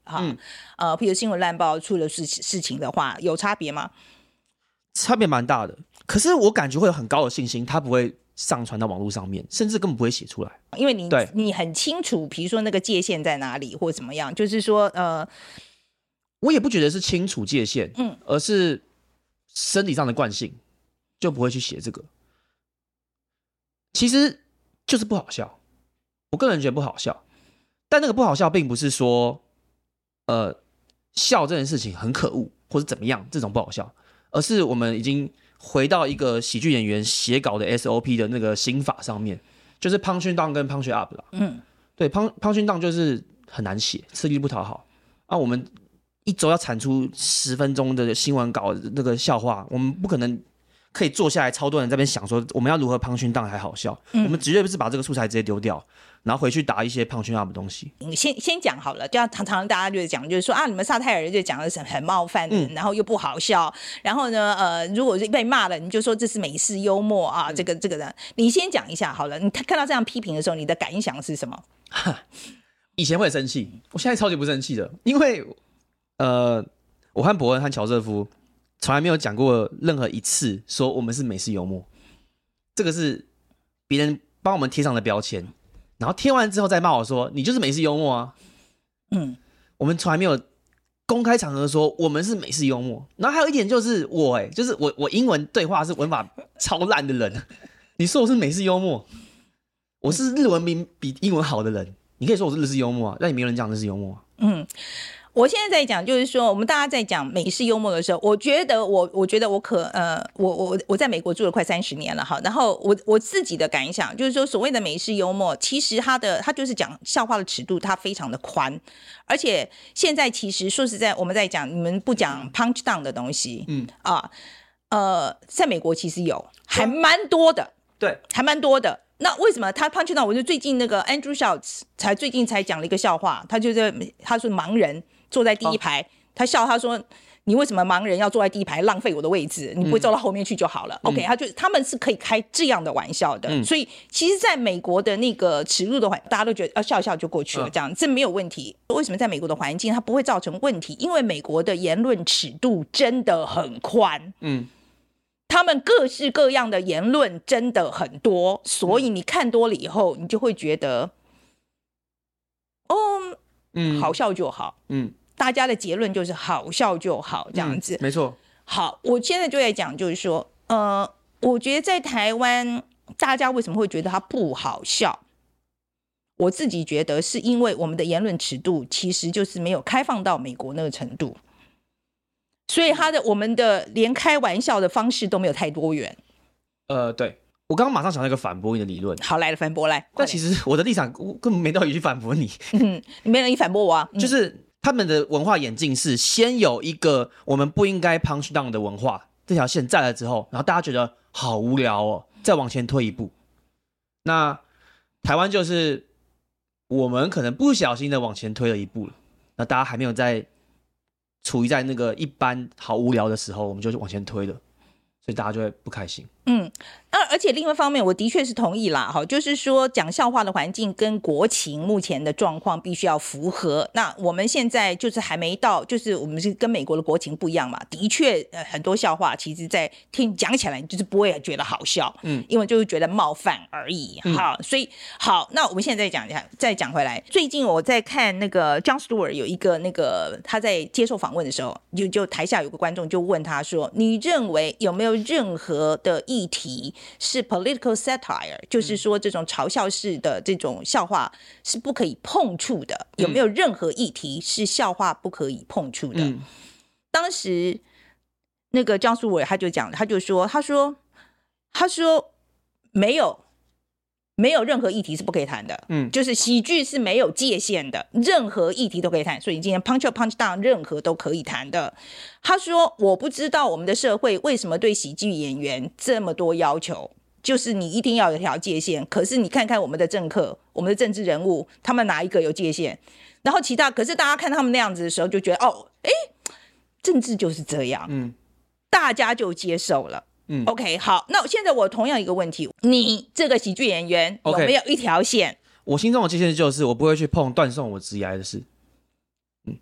B: 哈，嗯、呃，譬如新闻乱报出了事事情的话，有差别吗？
A: 差别蛮大的，可是我感觉会有很高的信心，他不会上传到网络上面，甚至根本不会写出来，
B: 因为你你很清楚，比如说那个界限在哪里，或怎么样，就是说，呃，
A: 我也不觉得是清楚界限，嗯，而是生理上的惯性，就不会去写这个。其实就是不好笑，我个人觉得不好笑，但那个不好笑并不是说，呃，笑这件事情很可恶或者怎么样这种不好笑。而是我们已经回到一个喜剧演员写稿的 S O P 的那个心法上面，就是 punch down 跟 punch up 啦。嗯，对 ，punch punch down 就是很难写，吃力不讨好。啊，我们一周要产出十分钟的新闻稿那个笑话，我们不可能可以坐下来超多人在那边想说我们要如何 punch down 才好笑。嗯、我们绝对不是把这个素材直接丢掉。然后回去打一些punch up 的东西。
B: 你先先讲好了，就要常常大家就讲，就是说啊，你们萨泰尔就讲的是很冒犯的、嗯，然后又不好笑。然后呢，呃，如果是被骂了，你就说这是美式幽默啊，嗯、这个这个的。你先讲一下好了，你看到这样批评的时候，你的感想是什么？
A: 以前会生气，我现在超级不生气的，因为呃，我和伯恩和乔瑟夫从来没有讲过任何一次说我们是美式幽默，这个是别人帮我们贴上的标签。然后贴完之后再骂我说你就是美式幽默啊，嗯，我们从来没有公开场合说我们是美式幽默。然后还有一点就是我哎、欸，就是我我英文对话是文法超烂的人，你说我是美式幽默，我是日文比比英文好的人，你可以说我是日式幽默啊，但也没有人讲日式幽默啊。嗯。
B: 我现在在讲，就是说，我们大家在讲美式幽默的时候，我觉得我，我觉得我可，呃，我我我在美国住了快三十年了哈，然后我我自己的感想就是说，所谓的美式幽默，其实它的它就是讲笑话的尺度，它非常的宽，而且现在其实说实在，我们在讲你们不讲 punch down 的东西，嗯啊，呃，在美国其实有，还蛮多的，
A: 对，
B: 还蛮多的。那为什么他 punch down？ 我就最近那个 Andrew Schultz 才最近才讲了一个笑话，他就在他说盲人坐在第一排，哦、他笑他说你为什么盲人要坐在第一排浪费我的位置？你不会坐到后面去就好了。嗯、OK， 他就他们是可以开这样的玩笑的，嗯、所以其实在美国的那个耻辱的环，大家都觉得啊笑一笑就过去了，这样、嗯、这没有问题。为什么在美国的环境它不会造成问题？因为美国的言论尺度真的很宽，嗯。他们各式各样的言论真的很多，所以你看多了以后，你就会觉得，哦，嗯，好笑就好，嗯，大家的结论就是好笑就好，这样子，
A: 嗯、没错。
B: 好，我现在就在讲，就是说，呃，我觉得在台湾，大家为什么会觉得它不好笑？我自己觉得是因为我们的言论尺度其实就是没有开放到美国那个程度。所以他的我们的连开玩笑的方式都没有太多元。
A: 呃，对，我刚刚马上想到一个反驳你的理论。
B: 好，来了，反驳来。
A: 但其实我的立场根本没道理去反驳你。
B: 嗯，你没人反驳我啊。
A: 嗯、就是他们的文化演进是先有一个我们不应该 punch down 的文化这条线在了之后，然后大家觉得好无聊哦，再往前推一步。那台湾就是我们可能不小心的往前推了一步了，那大家还没有在。处于在那个一般好无聊的时候，我们就往前推了，所以大家就会不开心。
B: 嗯，而而且另外一方面，我的确是同意啦，哈，就是说讲笑话的环境跟国情目前的状况必须要符合。那我们现在就是还没到，就是我们是跟美国的国情不一样嘛。的确，呃，很多笑话其实在听讲起来就是不会觉得好笑，嗯，因为就是觉得冒犯而已。嗯、好，所以好，那我们现在再讲一下，再讲回来。最近我在看那个 Jon Stewart 有一个那个他在接受访问的时候，就就台下有个观众就问他说：“你认为有没有任何的议题是 political satire， 就是说这种嘲笑式的这种笑话是不可以碰触的，有没有任何议题是笑话不可以碰触的？”嗯、当时那个张淑伟他就讲，他就说，他说，他说没有。没有任何议题是不可以谈的，嗯，就是喜剧是没有界限的，任何议题都可以谈，所以今天 punch up punch down 任何都可以谈的。他说我不知道我们的社会为什么对喜剧演员这么多要求，就是你一定要有条界限，可是你看看我们的政客，我们的政治人物，他们哪一个有界限？然后其他，可是大家看他们那样子的时候就觉得哦，诶，政治就是这样，嗯，大家就接受了。嗯、OK， 好，那现在我同样一个问题，你这个喜剧演员有没有一条线？
A: Okay, 我心中的界限就是我不会去碰断送我职业的事。嗯，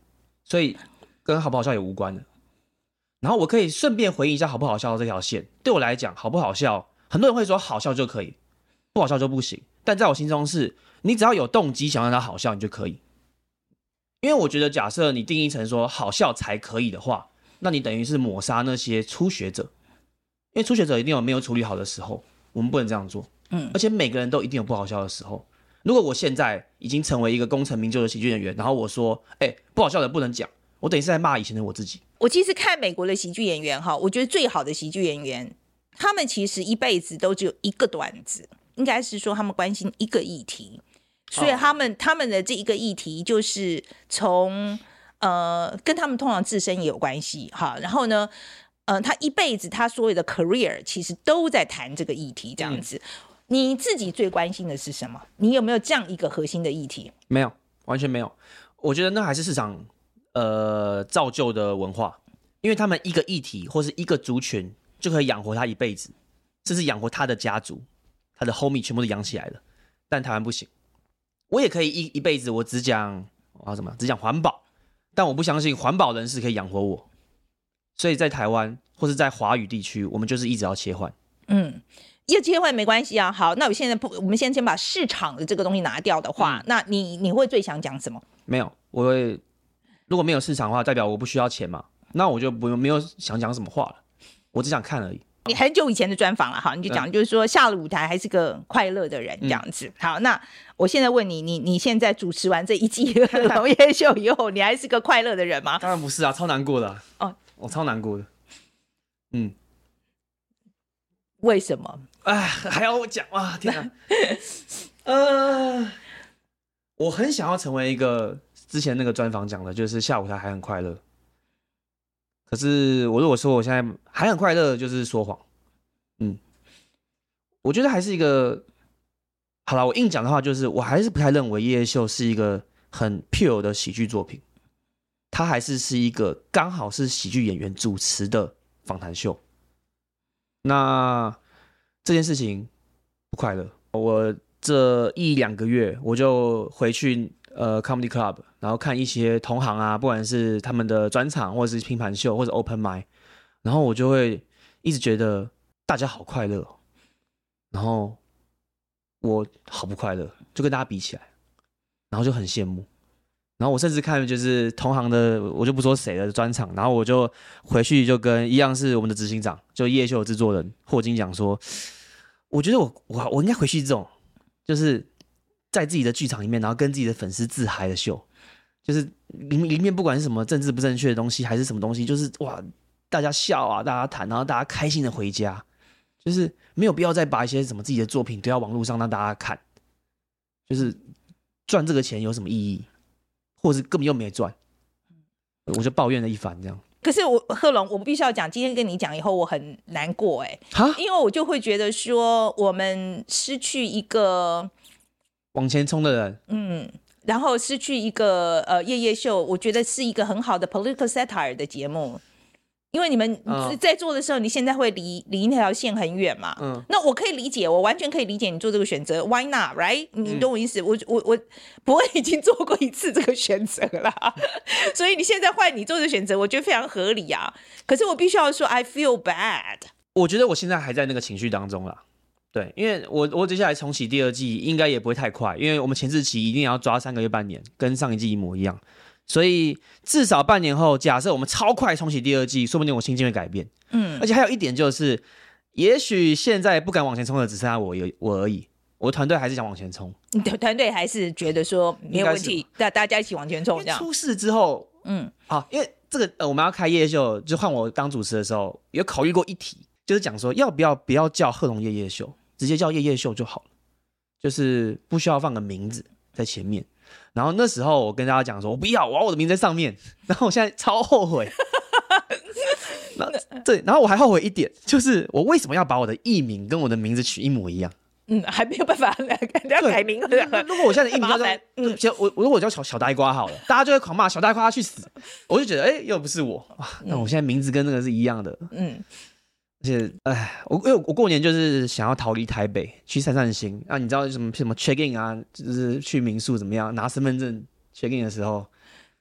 A: 所以跟好不好笑也无关的。然后我可以顺便回应一下好不好笑这条线，对我来讲，好不好笑，很多人会说好笑就可以，不好笑就不行。但在我心中是，你只要有动机想让它好笑，你就可以。因为我觉得，假设你定义成说好笑才可以的话，那你等于是抹杀那些初学者，因为初学者一定有没有处理好的时候，我们不能这样做。嗯，而且每个人都一定有不好笑的时候。如果我现在已经成为一个功成名就的喜剧演员，然后我说，哎、欸，不好笑的不能讲，我等于是在骂以前的我自己。
B: 我其实看美国的喜剧演员哈，我觉得最好的喜剧演员，他们其实一辈子都只有一个段子，应该是说他们关心一个议题，所以他们、哦、他们的这一个议题就是从呃跟他们通常自身也有关系哈，然后呢，呃，他一辈子他所有的 career 其实都在谈这个议题这样子。嗯，你自己最关心的是什么？你有没有这样一个核心的议题？
A: 没有，完全没有。我觉得那还是市场呃造就的文化，因为他们一个议题或是一个族群就可以养活他一辈子，甚至养活他的家族，他的 homie 全部都养起来了。但台湾不行，我也可以一一辈子我只讲我要怎么只讲环保，但我不相信环保人士可以养活我。所以在台湾或是在华语地区，我们就是一直要切换。嗯。
B: 要切换没关系啊，好，那我现在我们先先把市场的这个东西拿掉的话，嗯、那你你会最想讲什么？
A: 没有，我会如果没有市场的话，代表我不需要钱嘛，那我就不没有想讲什么话了，我只想看而已。
B: 你很久以前的专访了，好，你就讲、嗯、就是说下了舞台还是个快乐的人这样子。嗯、好，那我现在问你，你你现在主持完这一季农业秀以后，你还是个快乐的人吗？
A: 当然不是啊，超难过的、啊。哦，我超难过的。嗯。
B: 为什么？
A: 哎，还要我讲啊！天哪，呃，我很想要成为一个之前那个专访讲的，就是下舞台还很快乐。可是我如果说我现在还很快乐，就是说谎。嗯，我觉得还是一个好了。我硬讲的话，就是我还是不太认为《夜夜秀》是一个很 pure 的喜剧作品，它还是是一个刚好是喜剧演员主持的访谈秀。那这件事情不快乐，我这一两个月我就回去呃 comedy club， 然后看一些同行啊，不管是他们的专场，或者是拼盘秀，或者 open mic， 然后我就会一直觉得大家好快乐，然后我好不快乐，就跟大家比起来，然后就很羡慕。然后我甚至看就是同行的，我就不说谁的专场，然后我就回去就跟一样是我们的执行长，就夜秀的制作人霍金讲说，我觉得我我我应该回去这种，就是在自己的剧场里面，然后跟自己的粉丝自嗨的秀，就是里面里面不管是什么政治不正确的东西，还是什么东西，就是哇，大家笑啊，大家谈，然后大家开心的回家，就是没有必要再把一些什么自己的作品丢到网络上让大家看，就是赚这个钱有什么意义？或者根本又没赚，我就抱怨了一番这样。
B: 可是我贺龙，我必须要讲，今天跟你讲以后，我很难过哎、欸，因为我就会觉得说，我们失去一个
A: 往前冲的人，
B: 嗯，然后失去一个呃夜夜秀，我觉得是一个很好的 political satire 的节目。因为你们在做的时候，你现在会离离那条线很远嘛？嗯，那我可以理解，我完全可以理解你做这个选择 ，Why not, right？ 你懂我意思？嗯、我我我不会已经做过一次这个选择啦，所以你现在换你做的选择，我觉得非常合理啊。可是我必须要说 ，I feel bad。
A: 我觉得我现在还在那个情绪当中啦，对，因为我我接下来重启第二季应该也不会太快，因为我们前置期一定要抓三个月半年，跟上一季一模一样。所以至少半年后，假设我们超快重启第二季，说不定我心境会改变。嗯，而且还有一点就是，也许现在不敢往前冲的只剩下我我而已，我的团队还是想往前冲。
B: 你的团队还是觉得说没有问题，大大家一起往前冲这样。
A: 出事之后，嗯，好，因为这个呃，我们要开夜秀，就换我当主持的时候，有考虑过一题，就是讲说要不要不要叫贺龙夜夜秀，直接叫夜夜秀就好了，就是不需要放个名字在前面。然后那时候我跟大家讲说，我不要，我要我的名字在上面。然后我现在超后悔。对，然后我还后悔一点，就是我为什么要把我的艺名跟我的名字取一模一样？
B: 嗯，还没有办法要改名了。
A: 如果我现在的艺名叫做，嗯，我我如果我叫小小呆瓜好了，大家就会狂骂小呆瓜去死。我就觉得，哎、欸，又不是我，那我现在名字跟那个是一样的。嗯。而且，哎，我因为我过年就是想要逃离台北，去散散心啊。你知道什么什么 check in 啊，就是去民宿怎么样拿身份证 check in 的时候，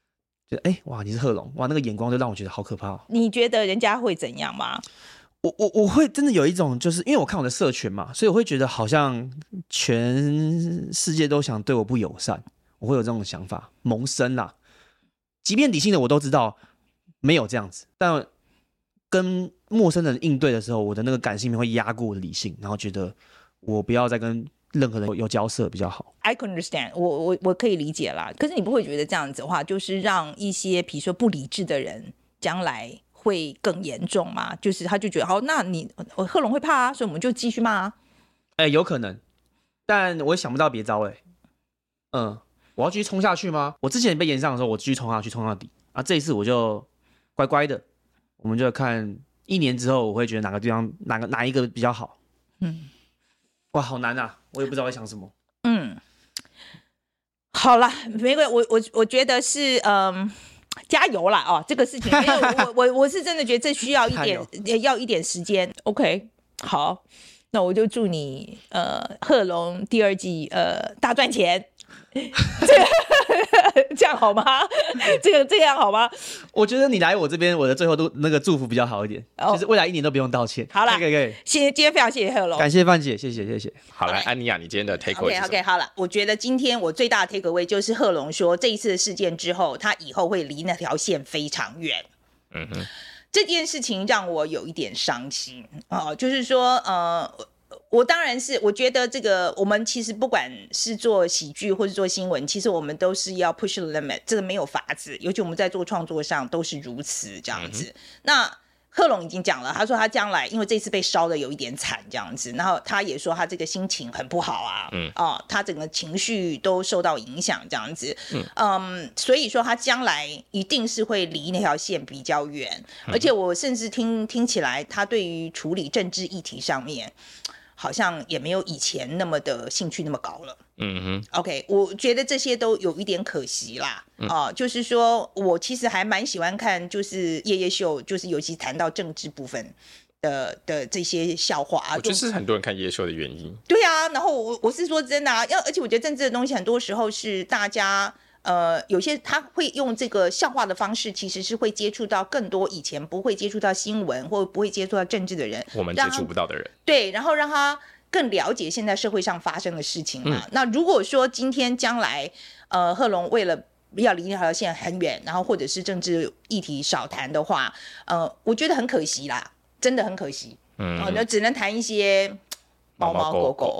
A: 就哎、欸、哇你是贺龙，哇那个眼光就让我觉得好可怕、哦。
B: 你觉得人家会怎样吗？
A: 我我我会真的有一种，就是因为我看我的社群嘛，所以我会觉得好像全世界都想对我不友善，我会有这种想法萌生啦。即便理性的我都知道没有这样子，但跟陌生人应对的时候，我的那个感性面会压过我的理性，然后觉得我不要再跟任何人有交涉比较好。
B: I can understand， 我我我可以理解啦。可是你不会觉得这样子的话，就是让一些比如说不理智的人将来会更严重吗？就是他就觉得好，那你贺龙会怕啊，所以我们就继续骂啊。
A: 哎、欸，有可能，但我也想不到别招哎、欸。嗯，我要继续冲下去吗？我之前被延上的时候，我继续冲下去，冲到底啊。这一次我就乖乖的，我们就看一年之后，我会觉得哪个地方哪个哪一个比较好。嗯，哇，好难啊，我也不知道在想什么。嗯，
B: 好啦，没关系，我我我觉得是嗯。加油啦哦，这个事情，因为我我我是真的觉得这需要一点要一点时间。OK， 好，那我就祝你呃贺龙第二季呃大赚钱，这个这样好吗？这个这样好吗？
A: 我觉得你来我这边，我的最后都那个祝福比较好一点，哦、就是未来一年都不用道歉。
B: 好了，
A: 可以可以，
B: 谢谢今天非常谢谢贺龙，
A: 感谢范姐，谢谢谢谢。
C: 好，来安妮亚，你今天的 take away 是什么
B: ？OK OK， 好了，我觉得今天我最大的 take away 就是贺龙说这一次的事件之后，他以后会离那条线非常远。嗯哼，这件事情让我有一点伤心啊、呃，就是说呃。我当然是，我觉得这个我们其实不管是做喜剧或是做新闻，其实我们都是要 push the limit， 这个没有法子，尤其我们在做创作上都是如此这样子。嗯、那贺龙已经讲了，他说他将来因为这次被烧的有一点惨这样子，然后他也说他这个心情很不好啊，嗯哦，他整个情绪都受到影响这样子，嗯, 嗯所以说他将来一定是会离那条线比较远，嗯、而且我甚至听听起来他对于处理政治议题上面。好像也没有以前那么的兴趣那么高了。嗯哼 ，OK， 我觉得这些都有一点可惜啦。嗯、啊，就是说我其实还蛮喜欢看，就是夜夜秀，就是尤其谈到政治部分的的这些笑话啊。
C: 我觉得是很多人看夜夜秀的原因。
B: 对啊，然后我我是说真的啊，要而且我觉得政治的东西很多时候是大家。呃，有些他会用这个笑话的方式，其实是会接触到更多以前不会接触到新闻或不会接触到政治的人，
C: 我们接触不到的人。
B: 对，然后让他更了解现在社会上发生的事情嘛。嗯、那如果说今天将来，呃，贺龙为了要离那条线很远，然后或者是政治议题少谈的话，呃，我觉得很可惜啦，真的很可惜。嗯，那、呃、只能谈一些。猫猫狗狗，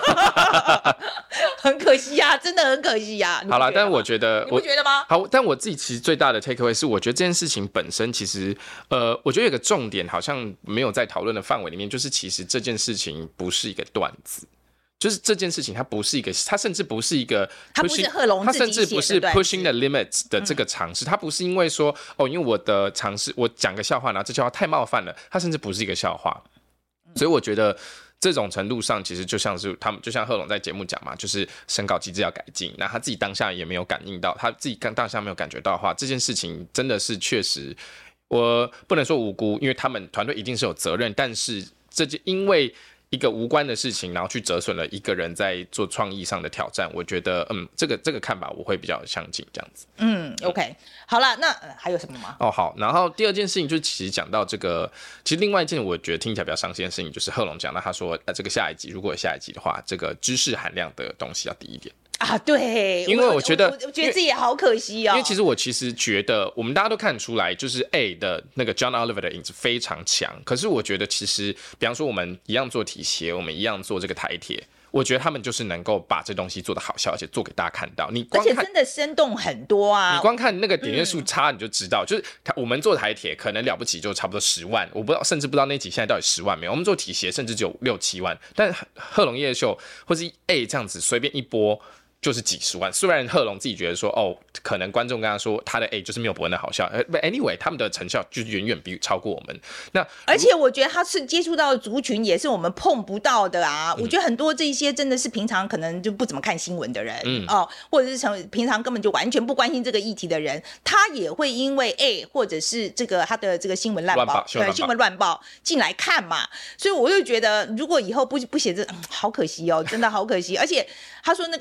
B: 很可惜呀、啊，真的很可惜呀、啊。
C: 好了，但我觉得，
B: 你不觉得吗？
C: 好，但我自己其实最大的 take away 是，我觉得这件事情本身其实，呃，我觉得有个重点好像没有在讨论的范围里面，就是其实这件事情不是一个段子。就是这件事情，它不是一个，它甚至不是一个 pushing，
B: 它不是贺龙自己写的，
C: 它甚至不是 pushing the limits 的这个尝试，嗯、它不是因为说哦，因为我的尝试，我讲个笑话，然后这笑话太冒犯了，它甚至不是一个笑话，所以我觉得。这种程度上，其实就像是他们，就像贺龙在节目讲嘛，就是审稿机制要改进。那他自己当下也没有感应到，他自己当下没有感觉到的话，这件事情真的是确实，我不能说无辜，因为他们团队一定是有责任，但是这就因为一个无关的事情，然后去折损了一个人在做创意上的挑战，我觉得，嗯，这个这个看法我会比较相近这样子。
B: 嗯 ，OK， 好了，那、呃、还有什么吗？
C: 哦，好，然后第二件事情就是其实讲到这个，其实另外一件我觉得听起来比较伤心的事情，就是贺龙讲到他说，呃，这个下一集如果有下一集的话，这个知识含量的东西要低一点。
B: 啊，对，
C: 因为我觉得，
B: 我, 我, 我觉得这也好可惜哦。
C: 因为其实我其实觉得，我们大家都看得出来，就是 A 的那个 John Oliver 的影子非常强。可是我觉得，其实比方说我们一样做体协，我们一样做这个台铁，我觉得他们就是能够把这东西做得好笑，而且做给大家看到。你光看
B: 而且真的生动很多啊！
C: 你光看那个点阅数差，你就知道，嗯、就是我们做台铁可能了不起就差不多十万，我不知道，甚至不知道那集现在到底十万没有。我们做体协甚至只有六七万，但贺龙夜秀或是 A 这样子随便一播。就是几十万，虽然贺龙自己觉得说，哦，可能观众跟他说他的 A 就是没有伯恩的好笑 ，But anyway， 他们的成效就远远比超过我们。那
B: 而且我觉得他是接触到的族群也是我们碰不到的啊。嗯、我觉得很多这些真的是平常可能就不怎么看新闻的人，嗯、哦，或者是平常根本就完全不关心这个议题的人，他也会因为 A 或者是这个他的这个新闻乱报，对新闻乱报进来看嘛。所以我就觉得，如果以后不不写这、嗯，好可惜哦，真的好可惜。而且他说那个 research。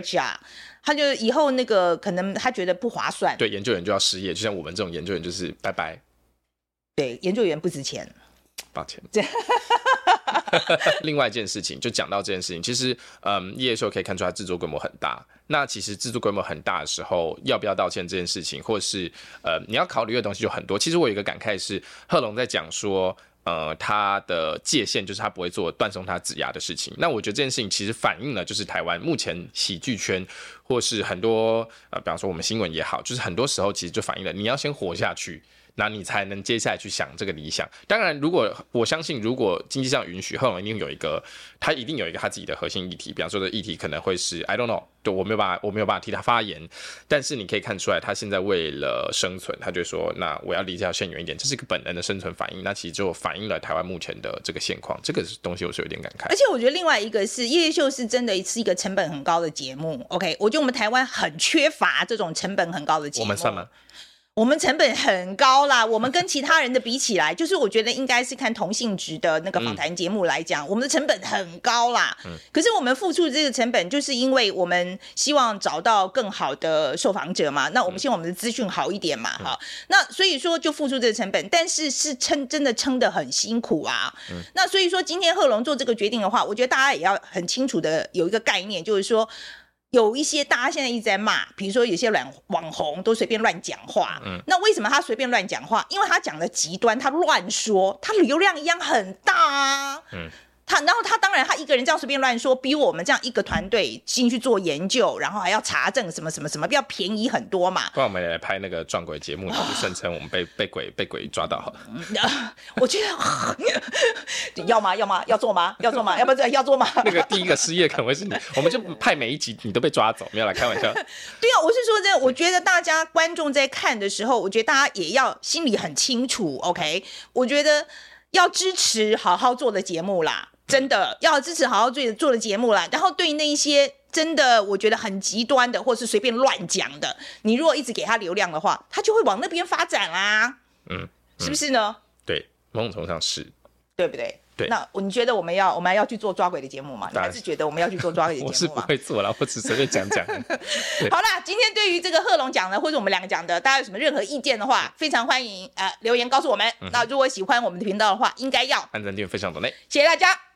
B: research 啊，他就以后那个可能他觉得不划算，
C: 对，研究员就要失业，就像我们这种研究员就是拜拜。
B: 对，研究员不值钱，
C: 抱歉。另外一件事情，就讲到这件事情，其实，嗯，夜夜秀可以看出它制作规模很大。那其实制作规模很大的时候，要不要道歉这件事情，或是呃，你要考虑的东西就很多。其实我有一个感慨是，贺龙在讲说，呃，他的界限就是他不会做断送他子牙的事情。那我觉得这件事情其实反映了，就是台湾目前喜剧圈，或是很多呃，比方说我们新闻也好，就是很多时候其实就反映了你要先活下去。那你才能接下来去想这个理想。当然，如果我相信，如果经济上允许，贺龙一定有一个，他一定有一个他自己的核心议题。比方说的议题可能会是 I don't know， 就我没有办法，我没有办法替他发言。但是你可以看出来，他现在为了生存，他就说，那我要离这条线远一点，这是一个本能的生存反应。那其实就反映了台湾目前的这个现况，这个东西我是有点感慨。
B: 而且我觉得另外一个是夜夜秀是真的是一个成本很高的节目。OK， 我觉得我们台湾很缺乏这种成本很高的节目。
C: 我们算吗？
B: 我们成本很高啦，我们跟其他人的比起来，就是我觉得应该是看同性质的那个访谈节目来讲，嗯、我们的成本很高啦。嗯、可是我们付出这个成本，就是因为我们希望找到更好的受访者嘛，那我们希望我们的资讯好一点嘛，哈、嗯。那所以说就付出这个成本，但是是撑真的撑得很辛苦啊。嗯、那所以说今天贺龙做这个决定的话，我觉得大家也要很清楚的有一个概念，就是说。有一些大家现在一直在骂，比如说有些网红都随便乱讲话，嗯，那为什么他随便乱讲话？因为他讲的极端，他乱说，他流量一样很大啊，嗯。他然后他当然他一个人这样随便乱说，比我们这样一个团队进去做研究，然后还要查证什么什么什么，要便宜很多嘛。
C: 不然我们也来拍那个撞鬼节目，然后就声称我们被被鬼被鬼抓到好了。
B: 我觉得要吗？要吗？要做吗？要做吗？要不要要做吗？
C: 那个第一个失业可能会是你，我们就派每一集你都被抓走，没有来开玩笑。
B: 对啊，我是说这，我觉得大家观众在看的时候，我觉得大家也要心里很清楚 ，OK？ 我觉得要支持好好做的节目啦。真的要支持好好做做的节目啦，然后对那一些真的我觉得很极端的，或是随便乱讲的，你如果一直给他流量的话，他就会往那边发展啦。嗯，嗯是不是呢？
C: 对，某种程度上是，
B: 对不对？
C: 对。
B: 那你觉得我们要我们要去做抓鬼的节目吗？你还是觉得我们要去做抓鬼的节目吗？
C: 我是不会做啦，我只随便讲讲。
B: 好啦，今天对于这个贺龙讲的，或者我们两个讲的，大家有什么任何意见的话，非常欢迎呃留言告诉我们。嗯、那如果喜欢我们的频道的话，应该要
C: 按赞、订阅、分享、抖内，
B: 谢谢大家。